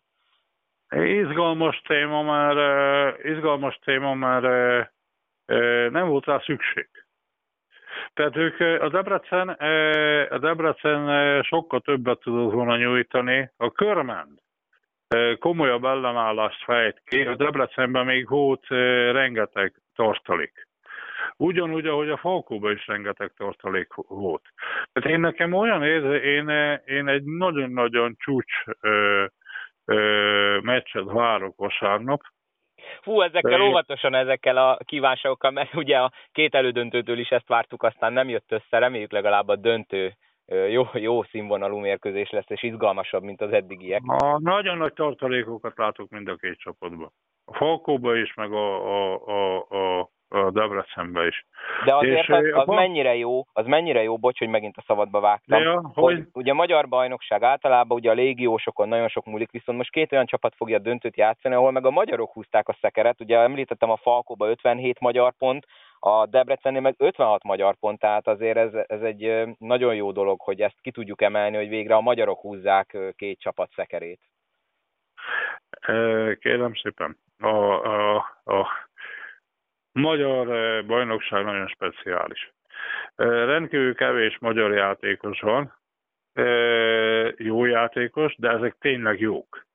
Izgalmas téma, mert, izgalmas téma, mert nem volt rá szükség. Tehát ők, a Debrecen, a Debrecen sokkal többet tudott volna nyújtani. A Körmend komolyabb ellenállást fejt ki, a Debrecenben még volt rengeteg tartalék. Ugyanúgy, ahogy a Falkóban is rengeteg tartalék volt. Tehát én nekem olyan érzem, én, én egy nagyon-nagyon csúcs ö, ö, meccset várok vasárnap. Fú, ezekkel óvatosan, ezekkel a kívánságokkal, mert ugye a két elődöntőtől is ezt vártuk, aztán nem jött össze, reméljük legalább a döntő jó, jó színvonalú mérkőzés lesz, és izgalmasabb, mint az eddigiek. A nagyon nagy tartalékokat látok mind a két csapatban. A Falkóban is, meg a, a, a, a, a Debrecenben is. De azért az, az a... mennyire jó, az mennyire jó, bocs, hogy megint a szabadba vágtam, ja, hogy... hogy ugye a magyar bajnokság általában ugye a légiósokon nagyon sok múlik, viszont most két olyan csapat fogja a döntőt játszani, ahol meg a magyarok húzták a szekeret. Ugye említettem a Falkóba ötvenhét magyar pont, a Debrecennél meg ötvenhat magyar pont, tehát azért ez, ez egy nagyon jó dolog, hogy ezt ki tudjuk emelni, hogy végre a magyarok húzzák két csapat szekerét. Kérem szépen, a, a, a magyar bajnokság nagyon speciális. Rendkívül kevés magyar játékos van, jó játékos, de ezek tényleg jók.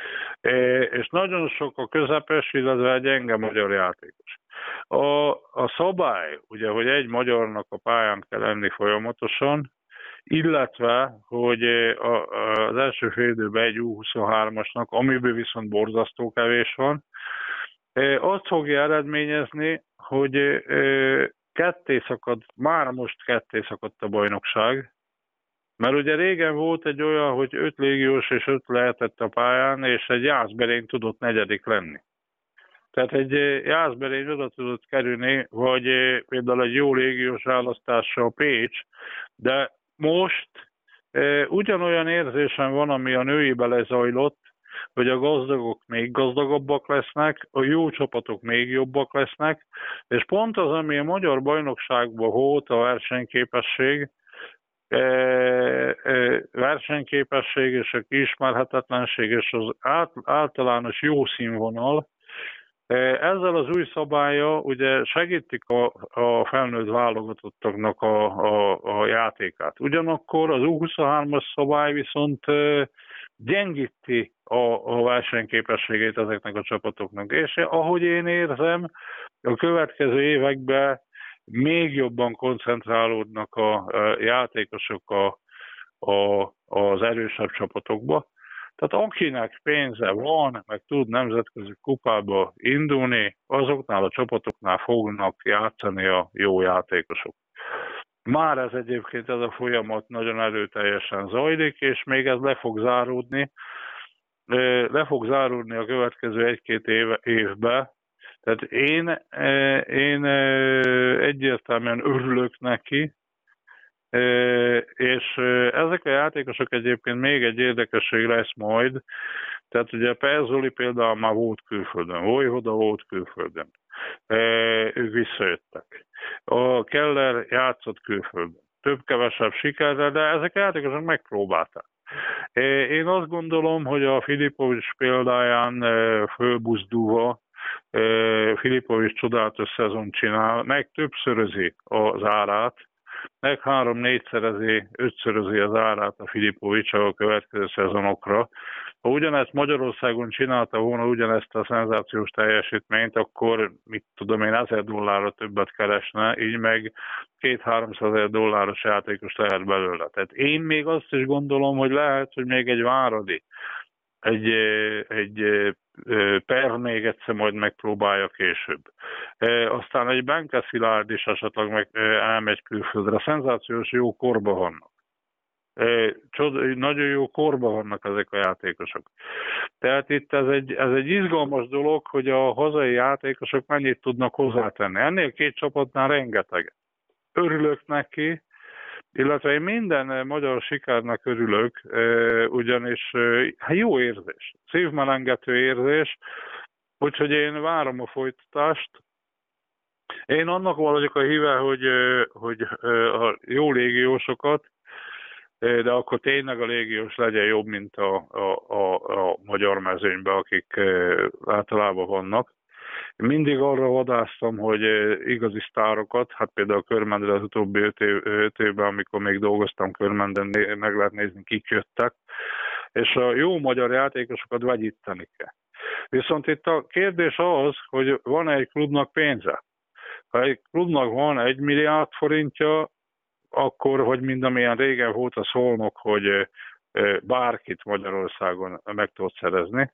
És nagyon sok a közepes, illetve a gyenge magyar játékos. A, a szabály, ugye, hogy egy magyarnak a pályán kell lenni folyamatosan, illetve, hogy a, az első fél időben egy U huszonhármasnak, amiből viszont borzasztó kevés van, azt fogja eredményezni, hogy ketté szakad, már most ketté szakadt a bajnokság, mert ugye régen volt egy olyan, hogy öt légiós és öt lehetett a pályán, és egy Jászberény tudott negyedik lenni. Tehát egy Jászberény oda tudott kerülni, vagy például egy jó légiós választása a Pécs, de most e, ugyanolyan érzésem van, ami a nőibe lezajlott, hogy a gazdagok még gazdagabbak lesznek, a jó csapatok még jobbak lesznek, és pont az, ami a magyar bajnokságban volt, a versenyképesség, e, e, versenyképesség és a kiismerhetetlenség és az át, általános jó színvonal, ezzel az új szabálya ugye segítik a, a felnőtt válogatottaknak a, a, a játékát. Ugyanakkor az U huszonhármas szabály viszont gyengíti a, a versenyképességét ezeknek a csapatoknak. És ahogy én érzem, a következő években még jobban koncentrálódnak a játékosok a, a, az erősebb csapatokba. Tehát akinek pénze van, meg tud nemzetközi kupába indulni, azoknál a csapatoknál fognak játszani a jó játékosok. Már ez egyébként ez a folyamat nagyon erőteljesen zajlik, és még ez le fog záródni. Le fog záródni a következő egy-két év, évbe. Tehát én, én egyértelműen örülök neki, és ezek a játékosok egyébként még egy érdekesség lesz majd, tehát ugye Perzoli például már volt külföldön, Vojvoda volt külföldön, ők visszajöttek. A Keller játszott külföldön, több-kevesebb sikerrel, de ezek a játékosok megpróbálták. Én azt gondolom, hogy a Filipovics példáján fölbuzdulva, Filipovics csodálatos szezon csinál, meg többszörözi az árát, meg három-négyszerezi, ötszörözi az árát a Filipovics a következő szezonokra. Ha ugyanezt Magyarországon csinálta volna ugyanezt a szenzációs teljesítményt, akkor mit tudom én, ezer dollárra többet keresne, így meg két-háromszázezer dolláros játékos lehet belőle. Tehát én még azt is gondolom, hogy lehet, hogy még egy Váradi, egy, egy Per még egyszer majd megpróbálja később. Aztán egy Benke Szilárd is esetleg meg elmegy külföldre. Szenzációs jó korba vannak. Csod, nagyon jó korba vannak ezek a játékosok. Tehát itt ez egy, ez egy izgalmas dolog, hogy a hazai játékosok mennyit tudnak hozzátenni. Ennél két csapatnál rengeteg. Örülök neki, illetve én minden magyar sikernek örülök, ugyanis jó érzés, szívmelengető érzés, úgyhogy én várom a folytatást. Én annak vagyok a híve, hogy, hogy a jó légiósokat, de akkor tényleg a légiós legyen jobb, mint a, a, a, a magyar mezőnyben, akik általában vannak. Mindig arra vadásztam, hogy igazi sztárokat, hát például Körmendre az utóbbi öt, év, öt évben, amikor még dolgoztam Körmenden, meg lehet nézni, kik jöttek, és a jó magyar játékosokat vegyíteni kell. Viszont itt a kérdés az, hogy van egy klubnak pénze. Ha egy klubnak van egy milliárd forintja, akkor, hogy mind amilyen régen volt a Szolnok, hogy bárkit Magyarországon meg tudott szerezni,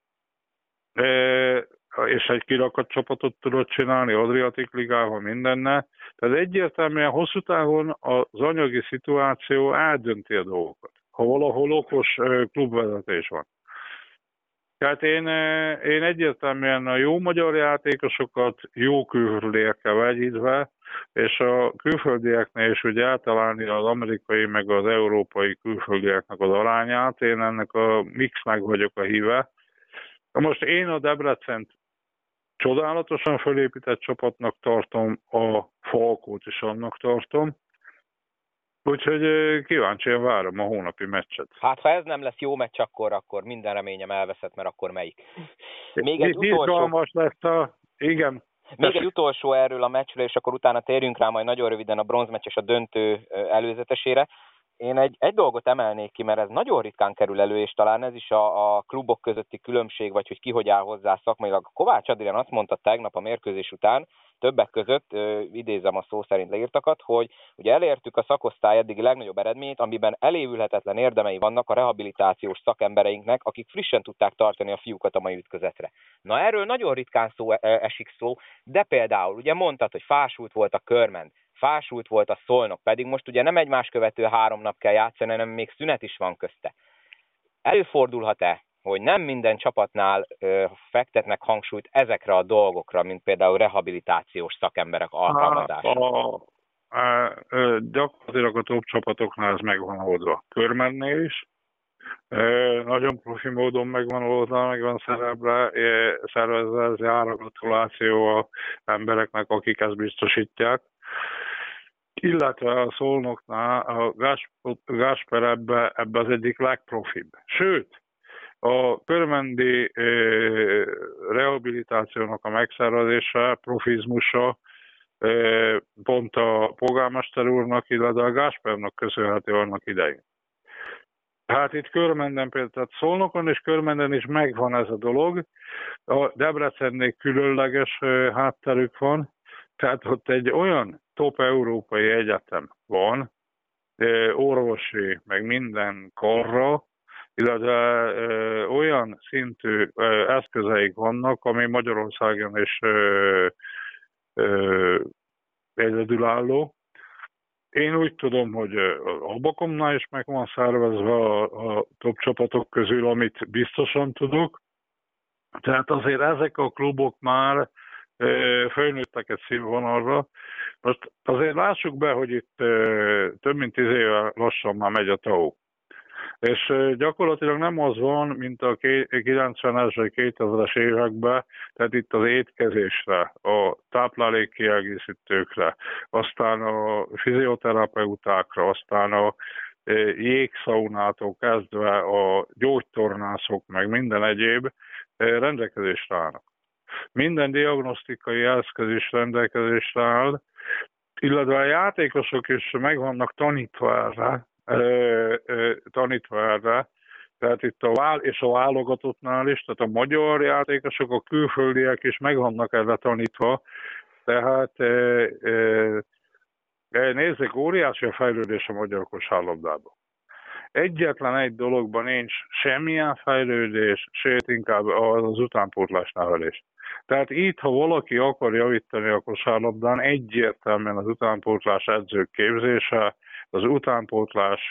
és egy kirakat csapatot tudott csinálni, Adriatic Ligával, mindennel. Tehát egyértelműen hosszú távon az anyagi szituáció eldönti a dolgokat, ha valahol okos klubvezetés van. Tehát én, én egyértelműen a jó magyar játékosokat jó külföldiekkel vegyítve, és a külföldieknél is úgy eltalálni az amerikai meg az európai külföldieknek az arányát, én ennek a mixnek vagyok a híve. Most én a Debrecent csodálatosan fölépített csapatnak tartom, a Falkót is annak tartom. Úgyhogy kíváncsian várom a hónapi meccset. Hát ha ez nem lesz jó meccs, akkor, akkor minden reményem elveszett, mert akkor melyik? Még egy utolsó... lesz a... Igen. Még egy utolsó erről a meccsről, és akkor utána térjünk rá majd nagyon röviden a bronzmeccs és a döntő előzetesére. Én egy, egy dolgot emelnék ki, mert ez nagyon ritkán kerül elő, és talán ez is a, a klubok közötti különbség, vagy hogy ki hogy áll hozzá szakmailag. Kovács Adrián azt mondta tegnap a mérkőzés után, többek között, ö, idézem a szó szerint leírtakat, hogy ugye elértük a szakosztály eddigi legnagyobb eredményt, amiben elévülhetetlen érdemei vannak a rehabilitációs szakembereinknek, akik frissen tudták tartani a fiúkat a mai ütközetre. Na erről nagyon ritkán szó, esik szó, de például ugye mondtad, hogy fásult volt a Körmend, fásult volt a Szolnok, pedig most ugye nem egymás követő három nap kell játszani, hanem még szünet is van közte. Előfordulhat-e, hogy nem minden csapatnál ö, fektetnek hangsúlyt ezekre a dolgokra, mint például rehabilitációs szakemberek alkalmazása? A, a, a, a, gyakorlatilag a top csapatoknál ez megvan oldva. Körmendnél is. E, nagyon profi módon megvan oldva, megvan szerebre, e, szervezve, ez jár a gratuláció a embereknek, akik ezt biztosítják. Illetve a Szolnoknál a Gásper ebbe, ebbe az egyik legprofibb. Sőt, a körmendi e, rehabilitációnak a megszervezése, profizmusa e, pont a polgármester úrnak, illetve a Gáspernak köszönhető annak idején. Hát itt Körmenden például, tehát Szolnokon és Körmenden is megvan ez a dolog. A Debrecennél különleges e, hátterük van, tehát ott egy olyan top európai egyetem van, orvosi, meg minden karra, illetve ö, olyan szintű ö, eszközeik vannak, ami Magyarországon is ö, ö, egyedülálló. Én úgy tudom, hogy a Bakomnál is meg van szervezve a, a top csapatok közül, amit biztosan tudok. Tehát azért ezek a klubok már fölnőttek egy színvonalra. Most azért lássuk be, hogy itt több mint tíz éve lassan már megy a té á o. És gyakorlatilag nem az van, mint a kilencvenes vagy kétezres években, tehát itt az étkezésre, a táplálékkiegészítőkre, aztán a fizioterapeutákra, aztán a jégszaunától kezdve a gyógytornászok, meg minden egyéb rendelkezésre állnak. Minden diagnosztikai eszköz is rendelkezésre áll, illetve a játékosok is meg vannak tanítva erre, ö, ö, tanítva erre, tehát itt a vál és a válogatottnál is, tehát a magyar játékosok, a külföldiek is meg vannak erre tanítva, tehát ö, ö, nézzék, óriási a fejlődés a magyar kosárlabdában. Egyetlen egy dologban nincs semmilyen fejlődés, sőt inkább az utánpótlás nevelés. Tehát itt, ha valaki akar javítani a kosárlabdán, egyértelműen az utánpótlás edzők képzése, az utánpótlás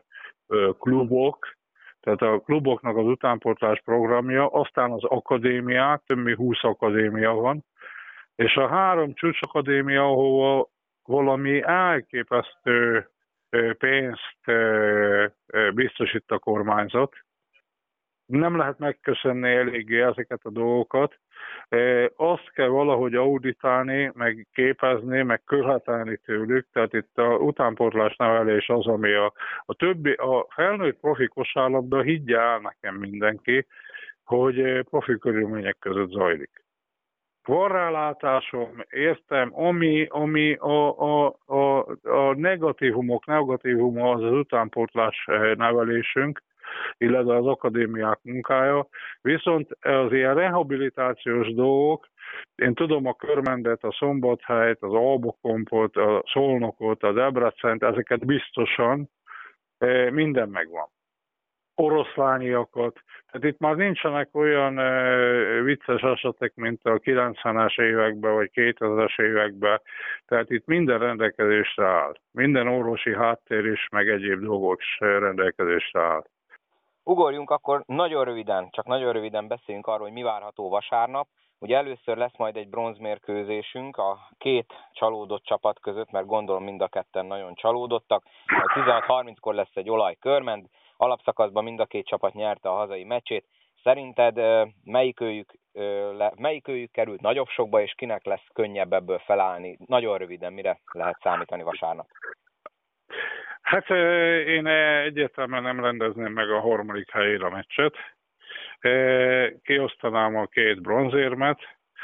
klubok, tehát a kluboknak az utánpótlás programja, aztán az akadémiák, több mint húsz akadémia van, és a három csúcsakadémia, ahova valami elképesztő pénzt biztosít a kormányzat. Nem lehet megköszönni eléggé ezeket a dolgokat. Azt kell valahogy auditálni, meg képezni, meg követelni tőlük. Tehát itt a utánpótlás nevelés az, ami a, a többi, a felnőtt profi kosárlabda, higgye el nekem mindenki, hogy profi körülmények között zajlik. Van rálátásom, értem, ami, ami a, a, a, a negatívumok, negatívuma az az utánpótlás nevelésünk, illetve az akadémiák munkája, viszont az ilyen rehabilitációs dolgok, én tudom a Körmendet, a Szombathelyt, az Albokompot, a Szolnokot, a Debrecent, ezeket biztosan minden megvan. Oroszlányiakat. Tehát itt már nincsenek olyan e, vicces esetek, mint a kilencvenes években, vagy kétezres években. Tehát itt minden rendelkezésre áll. Minden orvosi háttér is, meg egyéb dolgok is rendelkezésre áll. Ugorjunk akkor nagyon röviden, csak nagyon röviden beszéljünk arról, hogy mi várható vasárnap. Ugye először lesz majd egy bronzmérkőzésünk a két csalódott csapat között, mert gondolom mind a ketten nagyon csalódottak. A tizenhat harminckor lesz egy olaj-Körmend, alapszakaszban mind a két csapat nyerte a hazai meccsét. Szerinted melyikőjük, melyikőjük került nagyobb sokba, és kinek lesz könnyebb ebből felállni? Nagyon röviden, mire lehet számítani vasárnap? Hát én egyértelműen nem rendezném meg a harmadik helyére a meccset. Kiosztanám a két bronzérmet.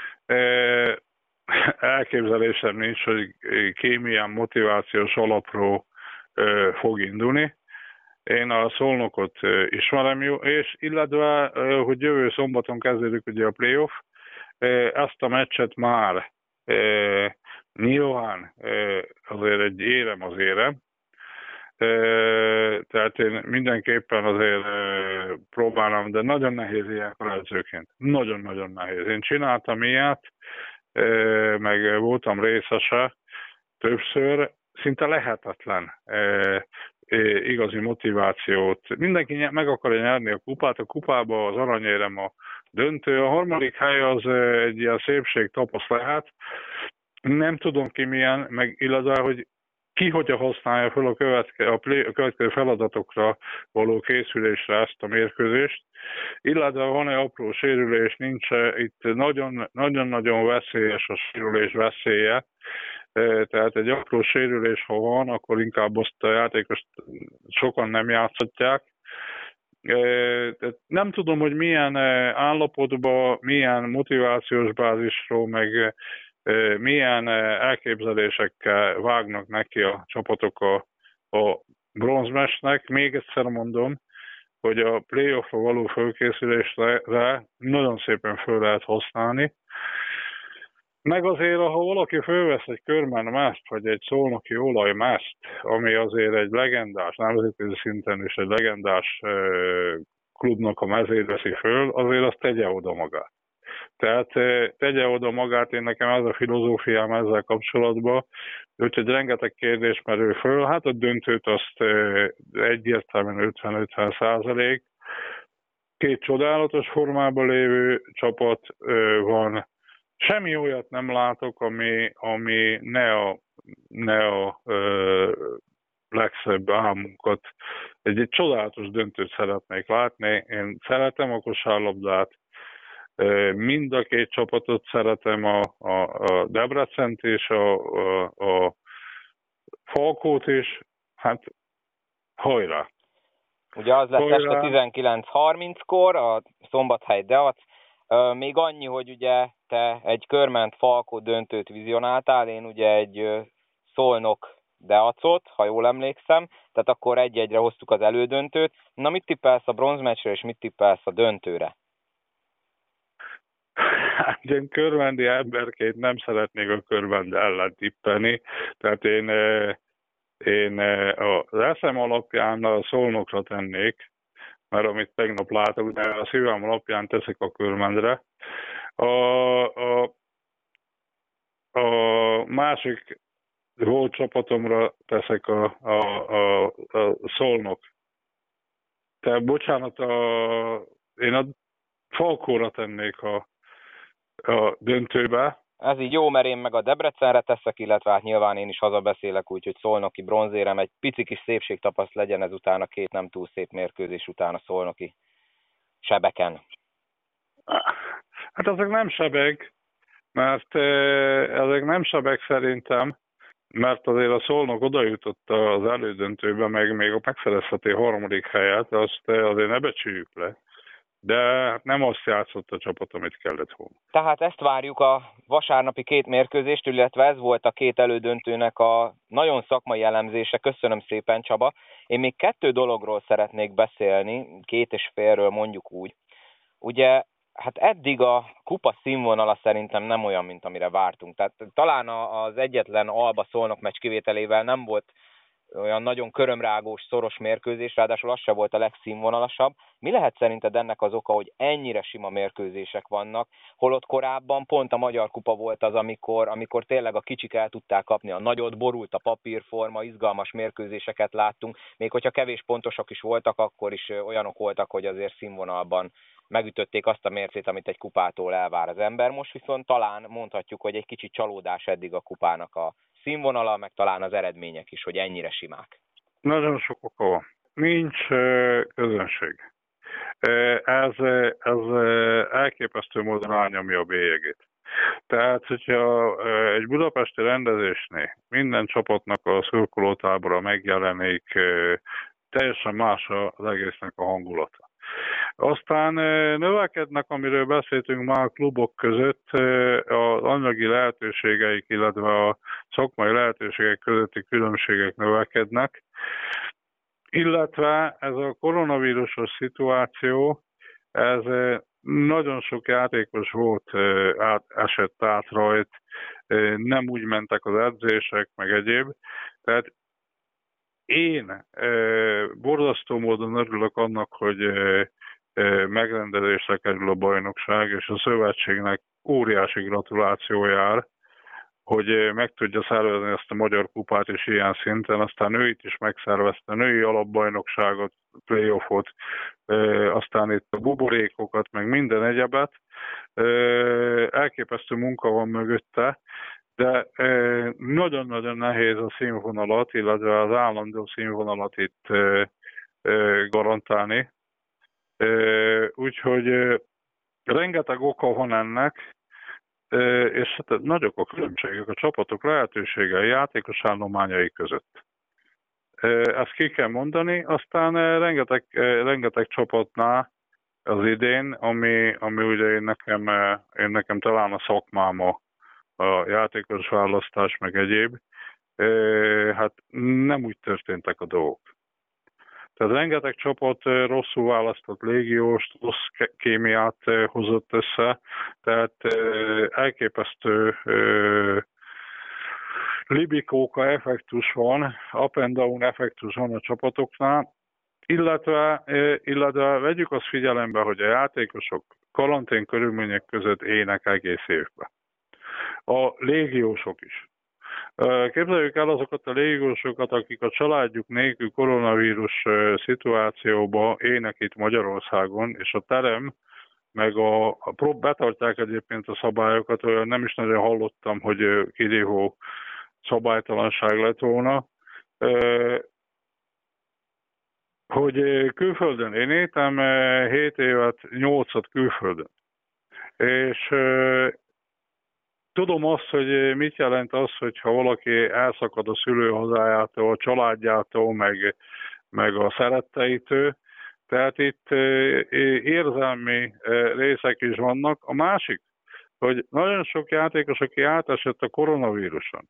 Elképzelésem nincs, hogy ki milyen motivációs alapról fog indulni. Én a Szolnokot ismerem jó, és illetve, hogy jövő szombaton kezdődik ugye a playoff, ezt a meccset már nyilván azért egy érem az érem. Tehát én mindenképpen azért próbálom, de nagyon nehéz ilyenkor edzőként. Nagyon-nagyon nehéz. Én csináltam ilyet, meg voltam részese többször, szinte lehetetlen igazi motivációt. Mindenki meg akarja nyerni a kupát, a kupába az aranyérem a döntő. A harmadik hely az egy ilyen szépségtapasz lehet. Nem tudom ki milyen, meg illetve, hogy ki hogyan használja fel a következő, a, play, a következő feladatokra való készülésre ezt a mérkőzést. Illetve van-e apró sérülés, nincs, itt nagyon-nagyon veszélyes a sérülés veszélye. Tehát egy apró sérülés, ha van, akkor inkább azt a játékost sokan nem játszhatják. Nem tudom, hogy milyen állapotban, milyen motivációs bázisról, meg milyen elképzelésekkel vágnak neki a csapatok a, a bronzmesnek. Még egyszer mondom, hogy a playoffra való fölkészülésre nagyon szépen föl lehet használni. Meg azért, ha valaki fölvesz egy Körmen Mászt, vagy egy Szolnoki Olaj Mászt, ami azért egy legendás, nemzetközi szinten is egy legendás klubnak a mezét veszi föl, azért azt tegye oda magát. Tehát tegye oda magát, én nekem ez a filozófiám ezzel kapcsolatban, úgyhogy rengeteg kérdés merül föl, hát a döntőt azt egyértelműen ötven-ötven százalék. Két csodálatos formában lévő csapat van, semmi olyat nem látok, ami, ami ne a, ne a ö, legszebb álmunkat. Egy, egy csodálatos döntőt szeretnék látni. Én szeretem a kosárlabdát, mind a két csapatot szeretem, a, a, a Debrecent és a, a, a Falkót is. Hát hajrá! Ugye az lesz este tizenkilenc harminckor a Szombathely Deac. Még annyi, hogy ugye te egy Körment Falkó döntőt vizionáltál, én ugye egy Szolnok Deacot, ha jól emlékszem, tehát akkor egy-egyre hoztuk az elődöntőt. Na, mit tippelsz a bronzmeccsre, és mit tippelsz a döntőre? Hát én körmendi emberként nem szeretnék a Körmend ellen tippelni, tehát én, én az eszem alapján a Szolnokra tennék, mert amit tegnap látok, de a szívem alapján teszek a Körmendre. A, a, a másik volt csapatomra teszek a, a, a, a Szolnok. Tehát bocsánat, a, én a Falkóra tennék a, a döntőbe. Ez így jó, mert én meg a Debrecenre teszek, illetve hát nyilván én is hazabeszélek, úgyhogy szolnoki bronzérem, egy pici kis szépségtapaszt legyen ezután a két nem túl szép mérkőzés után a szolnoki sebeken. Hát ezek nem sebek, mert ezek nem sebek szerintem, mert azért a Szolnok oda jutott az elődöntőbe, meg még a megszerezheti harmadik helyet, azt azért ne becsüljük le. De hát nem azt játszott a csapat, amit kellett volna. Tehát ezt várjuk a vasárnapi két mérkőzést, illetve ez volt a két elődöntőnek a nagyon szakmai elemzése. Köszönöm szépen, Csaba. Én még kettő dologról szeretnék beszélni, két és félről mondjuk úgy. Ugye, hát eddig a kupa színvonala szerintem nem olyan, mint amire vártunk. Tehát talán az egyetlen Alba Szolnok meccs kivételével nem volt olyan nagyon körömrágós, szoros mérkőzés, ráadásul az se volt a legszínvonalasabb. Mi lehet szerinted ennek az oka, hogy ennyire sima mérkőzések vannak, holott korábban pont a Magyar Kupa volt az, amikor, amikor tényleg a kicsik el tudták kapni a nagyot, borult a papírforma, izgalmas mérkőzéseket láttunk, még hogyha kevés pontosok is voltak, akkor is olyanok voltak, hogy azért színvonalban megütötték azt a mércét, amit egy kupától elvár az ember. Most viszont talán mondhatjuk, hogy egy kicsit csalódás eddig a kupának a színvonala, meg talán az eredmények is, hogy ennyire simák. Nagyon sok oka van. Nincs közönség. Ez, ez elképesztő módon elnyomja a bélyegét. Tehát, hogyha egy budapesti rendezésnél minden csapatnak a szurkolótábora megjelenik, teljesen más az egésznek a hangulata. Aztán növekednek, amiről beszéltünk már a klubok között, az anyagi lehetőségeik, illetve a szakmai lehetőségek közötti különbségek növekednek, illetve ez a koronavírusos szituáció, ez nagyon sok játékos volt, át, esett át rajt, nem úgy mentek az edzések, meg egyéb. Tehát én borzasztó módon örülök annak, hogy megrendezésre kerül a bajnokság, és a szövetségnek óriási gratuláció jár, hogy meg tudja szervezni ezt a magyar kupát is ilyen szinten, aztán ő itt is megszervezte, női alapbajnokságot, playoffot, aztán itt a buborékokat, meg minden egyebet. Elképesztő munka van mögötte, de nagyon-nagyon nehéz a színvonalat, illetve az állandó színvonalat itt garantálni. Úgyhogy rengeteg oka van ennek, és hát nagyok a különbségek a csapatok lehetőségei, játékos állományai között. Ezt ki kell mondani, aztán rengeteg, rengeteg csapatnál az idén, ami, ami ugye én nekem, én nekem talán a szakmám a, a játékos választás, meg egyéb, hát nem úgy történtek a dolgok. Tehát rengeteg csapat rosszul választott légióst, rossz kémiát hozott össze, tehát elképesztő libikóka effektus van, up and down effektus van a csapatoknál, illetve, illetve vegyük azt figyelembe, hogy a játékosok karantén körülmények között élnek egész évben. A légiósok is. Képzeljük el azokat a légiósokat, akik a családjuk nélkül koronavírus szituációba élnek itt Magyarországon, és a terem, meg a, a betartják egyébként a szabályokat, olyan nem is nagyon hallottam, hogy kirívó szabálytalanság lett volna, hogy külföldön én éltem hét évet, nyolcat külföldön. És tudom azt, hogy mit jelent az, hogyha valaki elszakad a szülőhazájától, a családjától, meg, meg a szeretteitől. Tehát itt érzelmi részek is vannak. A másik, hogy nagyon sok játékos, aki átesett a koronavíruson,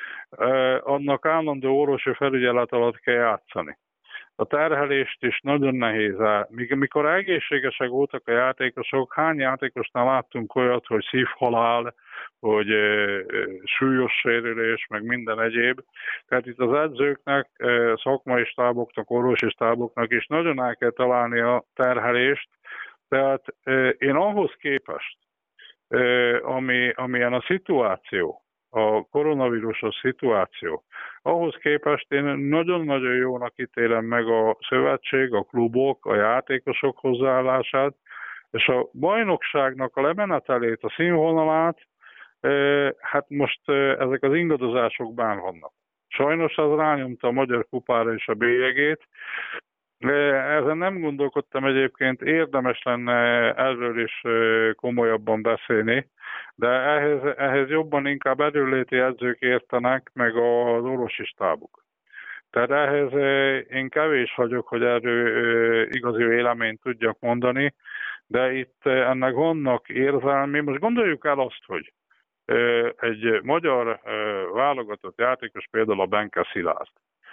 annak állandó orvosi felügyelet alatt kell játszani. A terhelést is nagyon nehéz el. Mikor egészségesek voltak a játékosok, hány játékosnál láttunk olyat, hogy szívhalál, hogy súlyos sérülés, meg minden egyéb. Tehát itt az edzőknek, szakmai stáboknak, orvosi stáboknak is nagyon el kell találni a terhelést. Tehát én ahhoz képest, ami, amilyen a szituáció, a koronavírusos szituáció, ahhoz képest én nagyon-nagyon jónak ítélem meg a szövetség, a klubok, a játékosok hozzáállását, és a bajnokságnak a lemenetelét, a színvonalát, hát most ezek az ingadozások bán vannak. Sajnos az rányomta a Magyar Kupára is a bélyegét. Ezen nem gondolkodtam egyébként, érdemes lenne erről is komolyabban beszélni, de ehhez, ehhez jobban inkább erőléti edzők értenek, meg az orvosi stábuk. Tehát ehhez én kevés vagyok, hogy erről igazi véleményt tudjak mondani, de itt ennek vannak érzelmi. Most gondoljuk el azt, hogy egy magyar válogatott játékos, például a Benke Szilárd,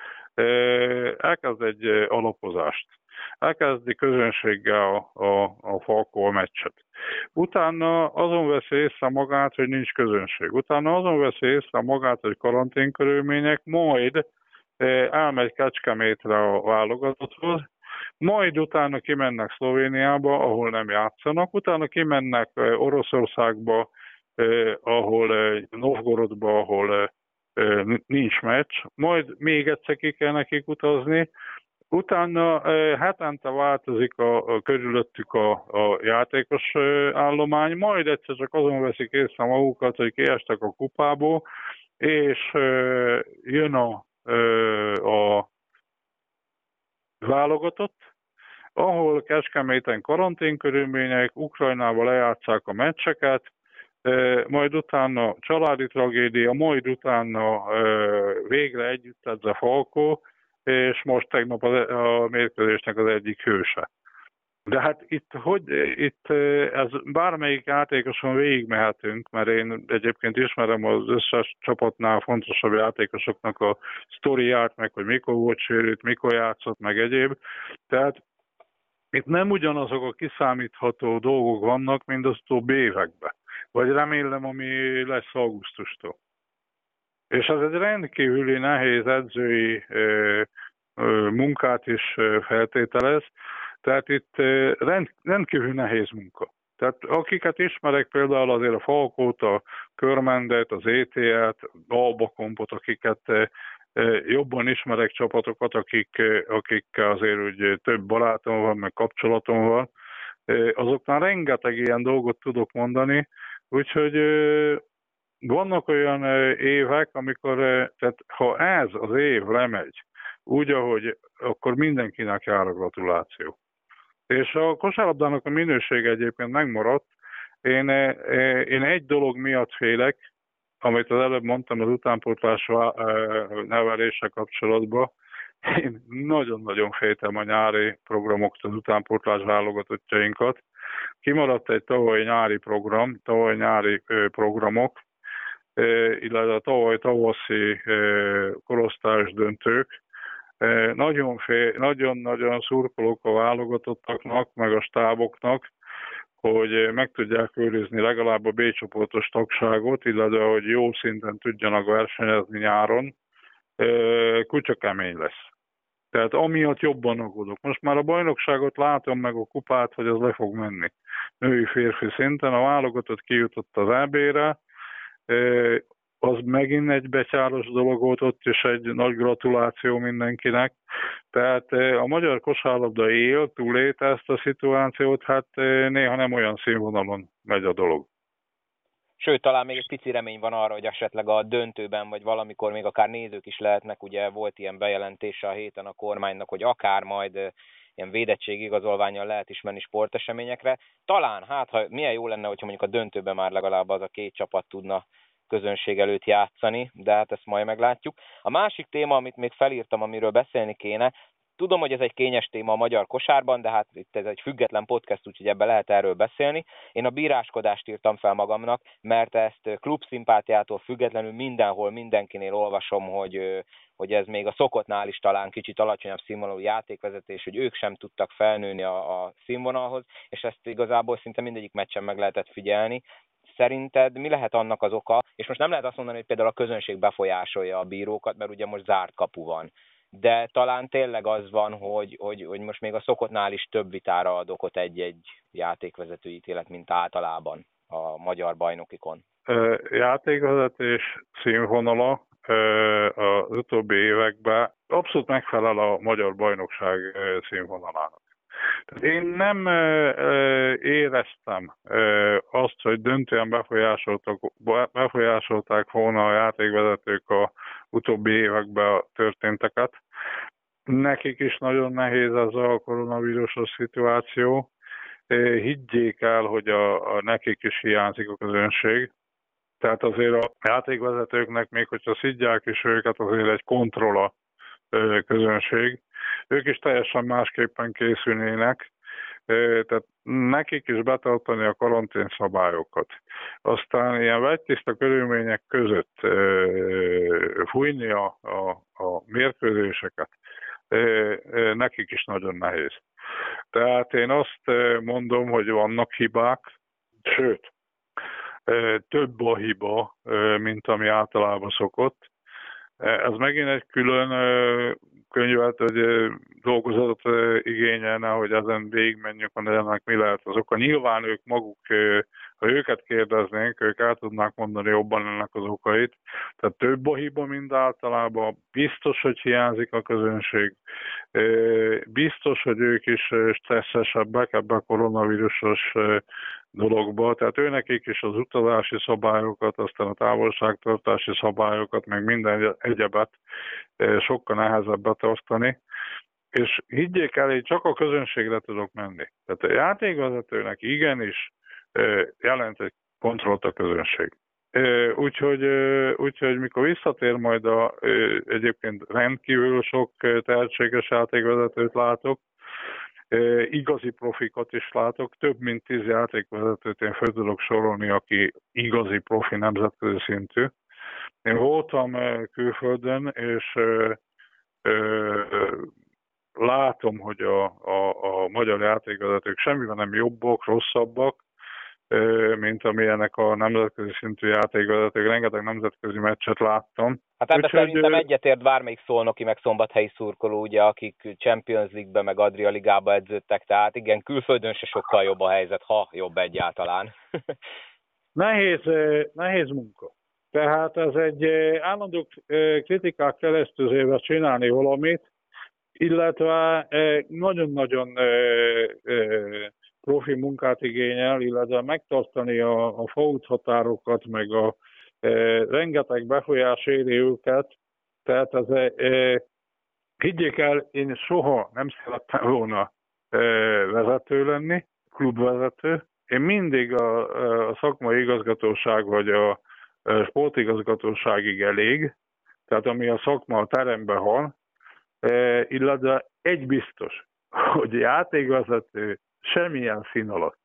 elkezd egy alapozást, elkezdi közönséggel a, a, a Falkó meccset. Utána azon veszi észre magát, hogy nincs közönség. Utána azon veszi észre magát, hogy karanténkörülmények, majd elmegy Kecskemétre a válogatotthoz, majd utána kimennek Szlovéniába, ahol nem játszanak, utána kimennek Oroszországba, ahol Novgorodba, ahol nincs meccs, majd még egyszer ki kell nekik utazni, utána hetente változik a, a körülöttük a, a játékos állomány, majd egyszer csak azon veszik észre magukat, hogy kiestek a kupából, és jön a, a válogatott, ahol Kecskeméten karanténkörülmények, Ukrajnába lejátsszák a meccseket, majd utána családi tragédia, majd utána végre együtt edz a Falkó, és most tegnap a mérkőzésnek az egyik hőse. De hát itt, hogy, itt ez bármelyik játékoson végigmehetünk, mert én egyébként ismerem az összes csapatnál fontosabb játékosoknak a sztoriát, meg hogy mikor volt sérült, mikor játszott, meg egyéb. Tehát itt nem ugyanazok a kiszámítható dolgok vannak, mint az utóbbi években. Vagy remélem, ami lesz augusztustól. És ez egy rendkívüli nehéz edzői ö, ö, munkát is feltételez, tehát itt rend, rendkívül nehéz munka. Tehát akiket ismerek, például azért a Falkót, a Körmendet, az é té é-t, Alba Kompot, akiket jobban ismerek csapatokat, akik, akikkel azért úgy több barátom van, meg kapcsolatom van, azoknál rengeteg ilyen dolgot tudok mondani, úgyhogy vannak olyan évek, amikor, tehát ha ez az év lemegy úgy, ahogy, akkor mindenkinek jár a gratuláció. És a kosárlabdának a minősége egyébként megmaradt. Én, én egy dolog miatt félek, amit az előbb mondtam az utánpótlás nevelése kapcsolatban. Én nagyon-nagyon féltem a nyári programoktól, az utánpótlás válogatottjainkat. Kimaradt egy tavaly nyári program, tavaly nyári programok, illetve tavaly tavaszi korosztályos döntők. Nagyon fél, nagyon-nagyon szurkolok a válogatottaknak, meg a stáboknak, hogy meg tudják őrizni legalább a B csoportos tagságot, illetve hogy jó szinten tudjanak versenyezni nyáron. Kutya kemény lesz. Tehát amiatt jobban aggódok. Most már a bajnokságot látom, meg a kupát, hogy az le fog menni. Női-férfi szinten a válogatott kijutott az é bé-re, az megint egy betyáros dolog volt ott, és egy nagy gratuláció mindenkinek. Tehát a magyar kosárlabda él, túlélte ezt a szituációt, hát néha nem olyan színvonalon megy a dolog. Sőt, talán még egy pici remény van arra, hogy esetleg a döntőben, vagy valamikor még akár nézők is lehetnek, ugye volt ilyen bejelentése a héten a kormánynak, hogy akár majd ilyen védettségigazolvánnyal lehet is menni sporteseményekre. Talán, hát ha milyen jó lenne, hogyha mondjuk a döntőben már legalább az a két csapat tudna közönség előtt játszani, de hát ezt majd meglátjuk. A másik téma, amit még felírtam, amiről beszélni kéne, tudom, hogy ez egy kényes téma a magyar kosárban, de hát itt ez egy független podcast, úgyhogy ebben lehet erről beszélni. Én a bíráskodást írtam fel magamnak, mert ezt klubszimpátiától függetlenül mindenhol, mindenkinél olvasom, hogy, hogy ez még a szokottnál is talán kicsit alacsonyabb színvonalú játékvezetés, hogy ők sem tudtak felnőni a, a színvonalhoz, és ezt igazából szinte mindegyik meccsen meg lehetett figyelni. Szerinted mi lehet annak az oka? És most nem lehet azt mondani, hogy például a közönség befolyásolja a bírókat, mert ugye most zárt kapu van. De talán tényleg az van, hogy, hogy, hogy most még a szokottnál is több vitára ad okot egy-egy játékvezető ítélet, mint általában a magyar bajnokikon. Játékvezetés színvonala az utóbbi években abszolút megfelel a magyar bajnokság színvonalának. Tehát én nem éreztem azt, hogy döntően befolyásoltak, befolyásolták volna a játékvezetők a utóbbi években a történteket. Nekik is nagyon nehéz ez a koronavírusos szituáció. Higgyék el, hogy a, a nekik is hiányzik a közönség. Tehát azért a játékvezetőknek, még hogyha szidják is őket, azért egy kontroll a közönség. Ők is teljesen másképpen készülnének, tehát nekik is betartani a karantén szabályokat. Aztán ilyen vegytiszta körülmények között fújni a, a, a mérkőzéseket, nekik is nagyon nehéz. Tehát én azt mondom, hogy vannak hibák, sőt, több a hiba, mint ami általában szokott. Ez megint egy külön könyvet, hogy dolgozatot igényelne, hogy ezen végigmenjünk, hogy ennek mi lehet az oka. Nyilván ők maguk, ha őket kérdeznénk, ők el tudnák mondani jobban ennek az okait. Tehát több a hiba, mint általában. Biztos, hogy hiányzik a közönség. Biztos, hogy ők is stresszesebbek ebben a koronavírusos dologba. Tehát őnekik is az utazási szabályokat, aztán a távolságtartási szabályokat, meg minden egyebet sokkal nehezebb betartani. És higgyék el, hogy csak a közönségre tudok menni. Tehát a játékvezetőnek igenis jelent egy kontrollt a közönség. Úgyhogy, úgyhogy mikor visszatér majd a, egyébként rendkívül sok tehetséges játékvezetőt látok, igazi profikat is látok, több mint tíz játékvezetőt én föl tudok sorolni, aki igazi profi nemzetközi szintű. Én voltam külföldön, és látom, hogy a, a, a magyar játékvezetők semmivel nem jobbak, rosszabbak, mint amilyenek a nemzetközi szintű játékvezetők. Rengeteg nemzetközi meccset láttam. Hát ebben szerintem egyetért bármelyik szolnoki, meg szombathelyi szurkoló, ugye, akik Champions League-be, meg Adria Ligába edződtek, tehát igen, külföldön se sokkal jobb a helyzet, ha jobb egyáltalán. nehéz, nehéz munka. Tehát ez egy állandó kritikák keresztüzével csinálni valamit, illetve nagyon-nagyon profi munkát igényel, illetve megtartani a, a faút határokat, meg a e, rengeteg befolyás éri őket. Tehát ez, e, higgyék el, én soha nem szerettem volna e, vezető lenni, klubvezető. Én mindig a, a szakmai igazgatóság vagy a sportigazgatóságig elég, tehát ami a szakma a teremben van, e, illetve egy biztos, hogy játékvezető semmilyen szín alatt.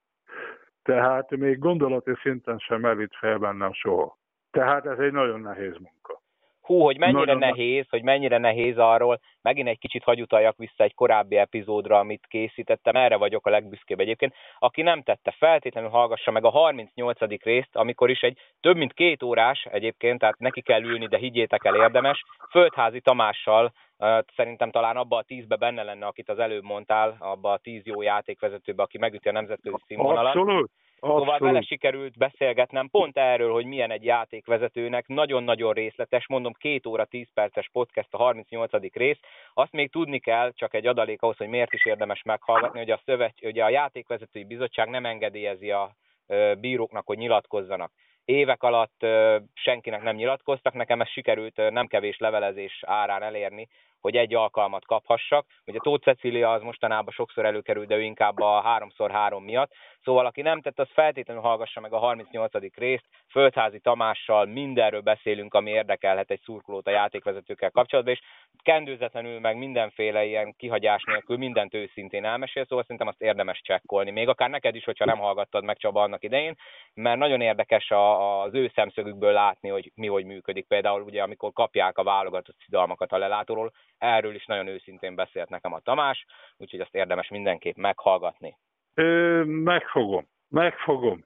Tehát még gondolati szinten sem elít fel bennem soha. Tehát ez egy nagyon nehéz munka. Hú, hogy mennyire nagyon nehéz, hogy mennyire nehéz arról, megint egy kicsit hagy utaljak vissza egy korábbi epizódra, amit készítettem, erre vagyok a legbüszkébb egyébként. Aki nem tette, feltétlenül hallgassa meg a harmincnyolcadik részt, amikor is egy több mint két órás egyébként, tehát neki kell ülni, de higgyétek el, érdemes, Földházi Tamással, szerintem talán abba a tízbe benne lenne, akit az előbb mondtál, abba a tíz jó játékvezetőbe, aki megüti a nemzetközi színvonalat. Abszolút. Szóval Abszolút. vele sikerült beszélgetnem pont erről, hogy milyen egy játékvezetőnek, nagyon-nagyon részletes, mondom két óra tíz perces podcast a harmincnyolcadik rész. Azt még tudni kell, csak egy adalék ahhoz, hogy miért is érdemes meghallgatni, hogy a, szövet, ugye a játékvezetői bizottság nem engedélyezi a bíróknak, hogy nyilatkozzanak. Évek alatt senkinek nem nyilatkoztak, nekem ez sikerült nem kevés levelezés árán elérni, hogy egy alkalmat kaphassak. Ugye Tóth Cecília az mostanában sokszor előkerül, de ő inkább a háromszor három miatt. Szóval aki nem tett, az feltétlenül hallgassa meg a harmincnyolcadik részt. Földházi Tamással mindenről beszélünk, ami érdekelhet egy szurkolót a játékvezetőkkel kapcsolatban, és kendőzetlenül meg mindenféle ilyen kihagyás nélkül mindent őszintén elmesél, szóval szerintem azt érdemes csekkolni. Még akár neked is, hogyha nem hallgattad meg, Csaba, annak idején, mert nagyon érdekes a, az ő szemszögükből látni, hogy mi hogy működik. Például ugye, amikor kapják a válogatott szidalmakat a lelátóról, erről is nagyon őszintén beszélt nekem a Tamás, úgyhogy azt érdemes mindenképp meghallgatni. Ö, megfogom, megfogom.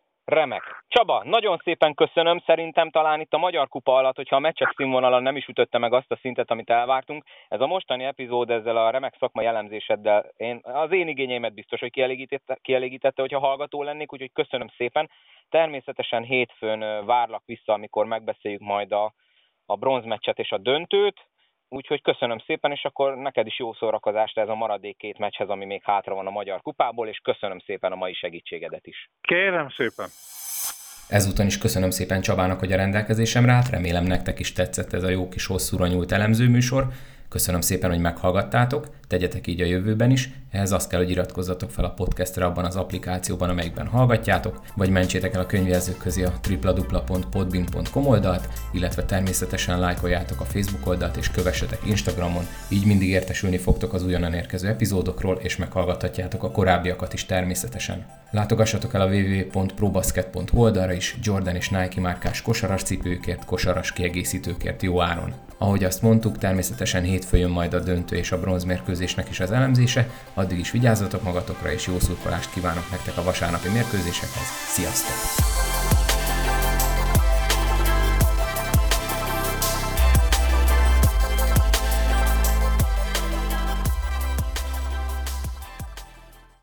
Remek. Csaba, nagyon szépen köszönöm, szerintem talán itt a Magyar Kupa alatt, hogyha a meccsek színvonala nem is ütötte meg azt a szintet, amit elvártunk, ez a mostani epizód ezzel a remek szakmai elemzéseddel, én, az én igényeimet biztos, hogy kielégítette, kielégítette, hogyha hallgató lennék, úgyhogy köszönöm szépen. Természetesen hétfőn várlak vissza, amikor megbeszéljük majd a, a bronzmeccset és a döntőt, úgyhogy köszönöm szépen, és akkor neked is jó szórakozást ez a maradék két meccshez, ami még hátra van a Magyar Kupából, és köszönöm szépen a mai segítségedet is. Kérem szépen! Ezúton is köszönöm szépen Csabának, hogy a rendelkezésemre állt, remélem nektek is tetszett ez a jó kis hosszúra nyúlt elemzőműsor. Köszönöm szépen, hogy meghallgattátok, tegyetek így a jövőben is, ehhez azt kell, hogy iratkozzatok fel a podcastre abban az applikációban, amelyikben hallgatjátok, vagy mentsétek el a könyvjelzők közé a dupla dupla pont podbean pont com oldalt, illetve természetesen lájkoljátok a Facebook oldalt és kövessetek Instagramon, így mindig értesülni fogtok az újonnan érkező epizódokról, és meghallgathatjátok a korábbiakat is természetesen. Látogassatok el a double-u double-u double-u pont probasket pont hu oldalra is, Jordan és Nike márkás kosaras cipőkért, kosaras kiegészítőkért jó áron. Ahogy azt mondtuk, természetesen hétfőn jön majd a döntő és a bronzmérkőzésnek is az elemzése, addig is vigyázzatok magatokra és jó szurkolást kívánok nektek a vasárnapi mérkőzésekhez. Sziasztok!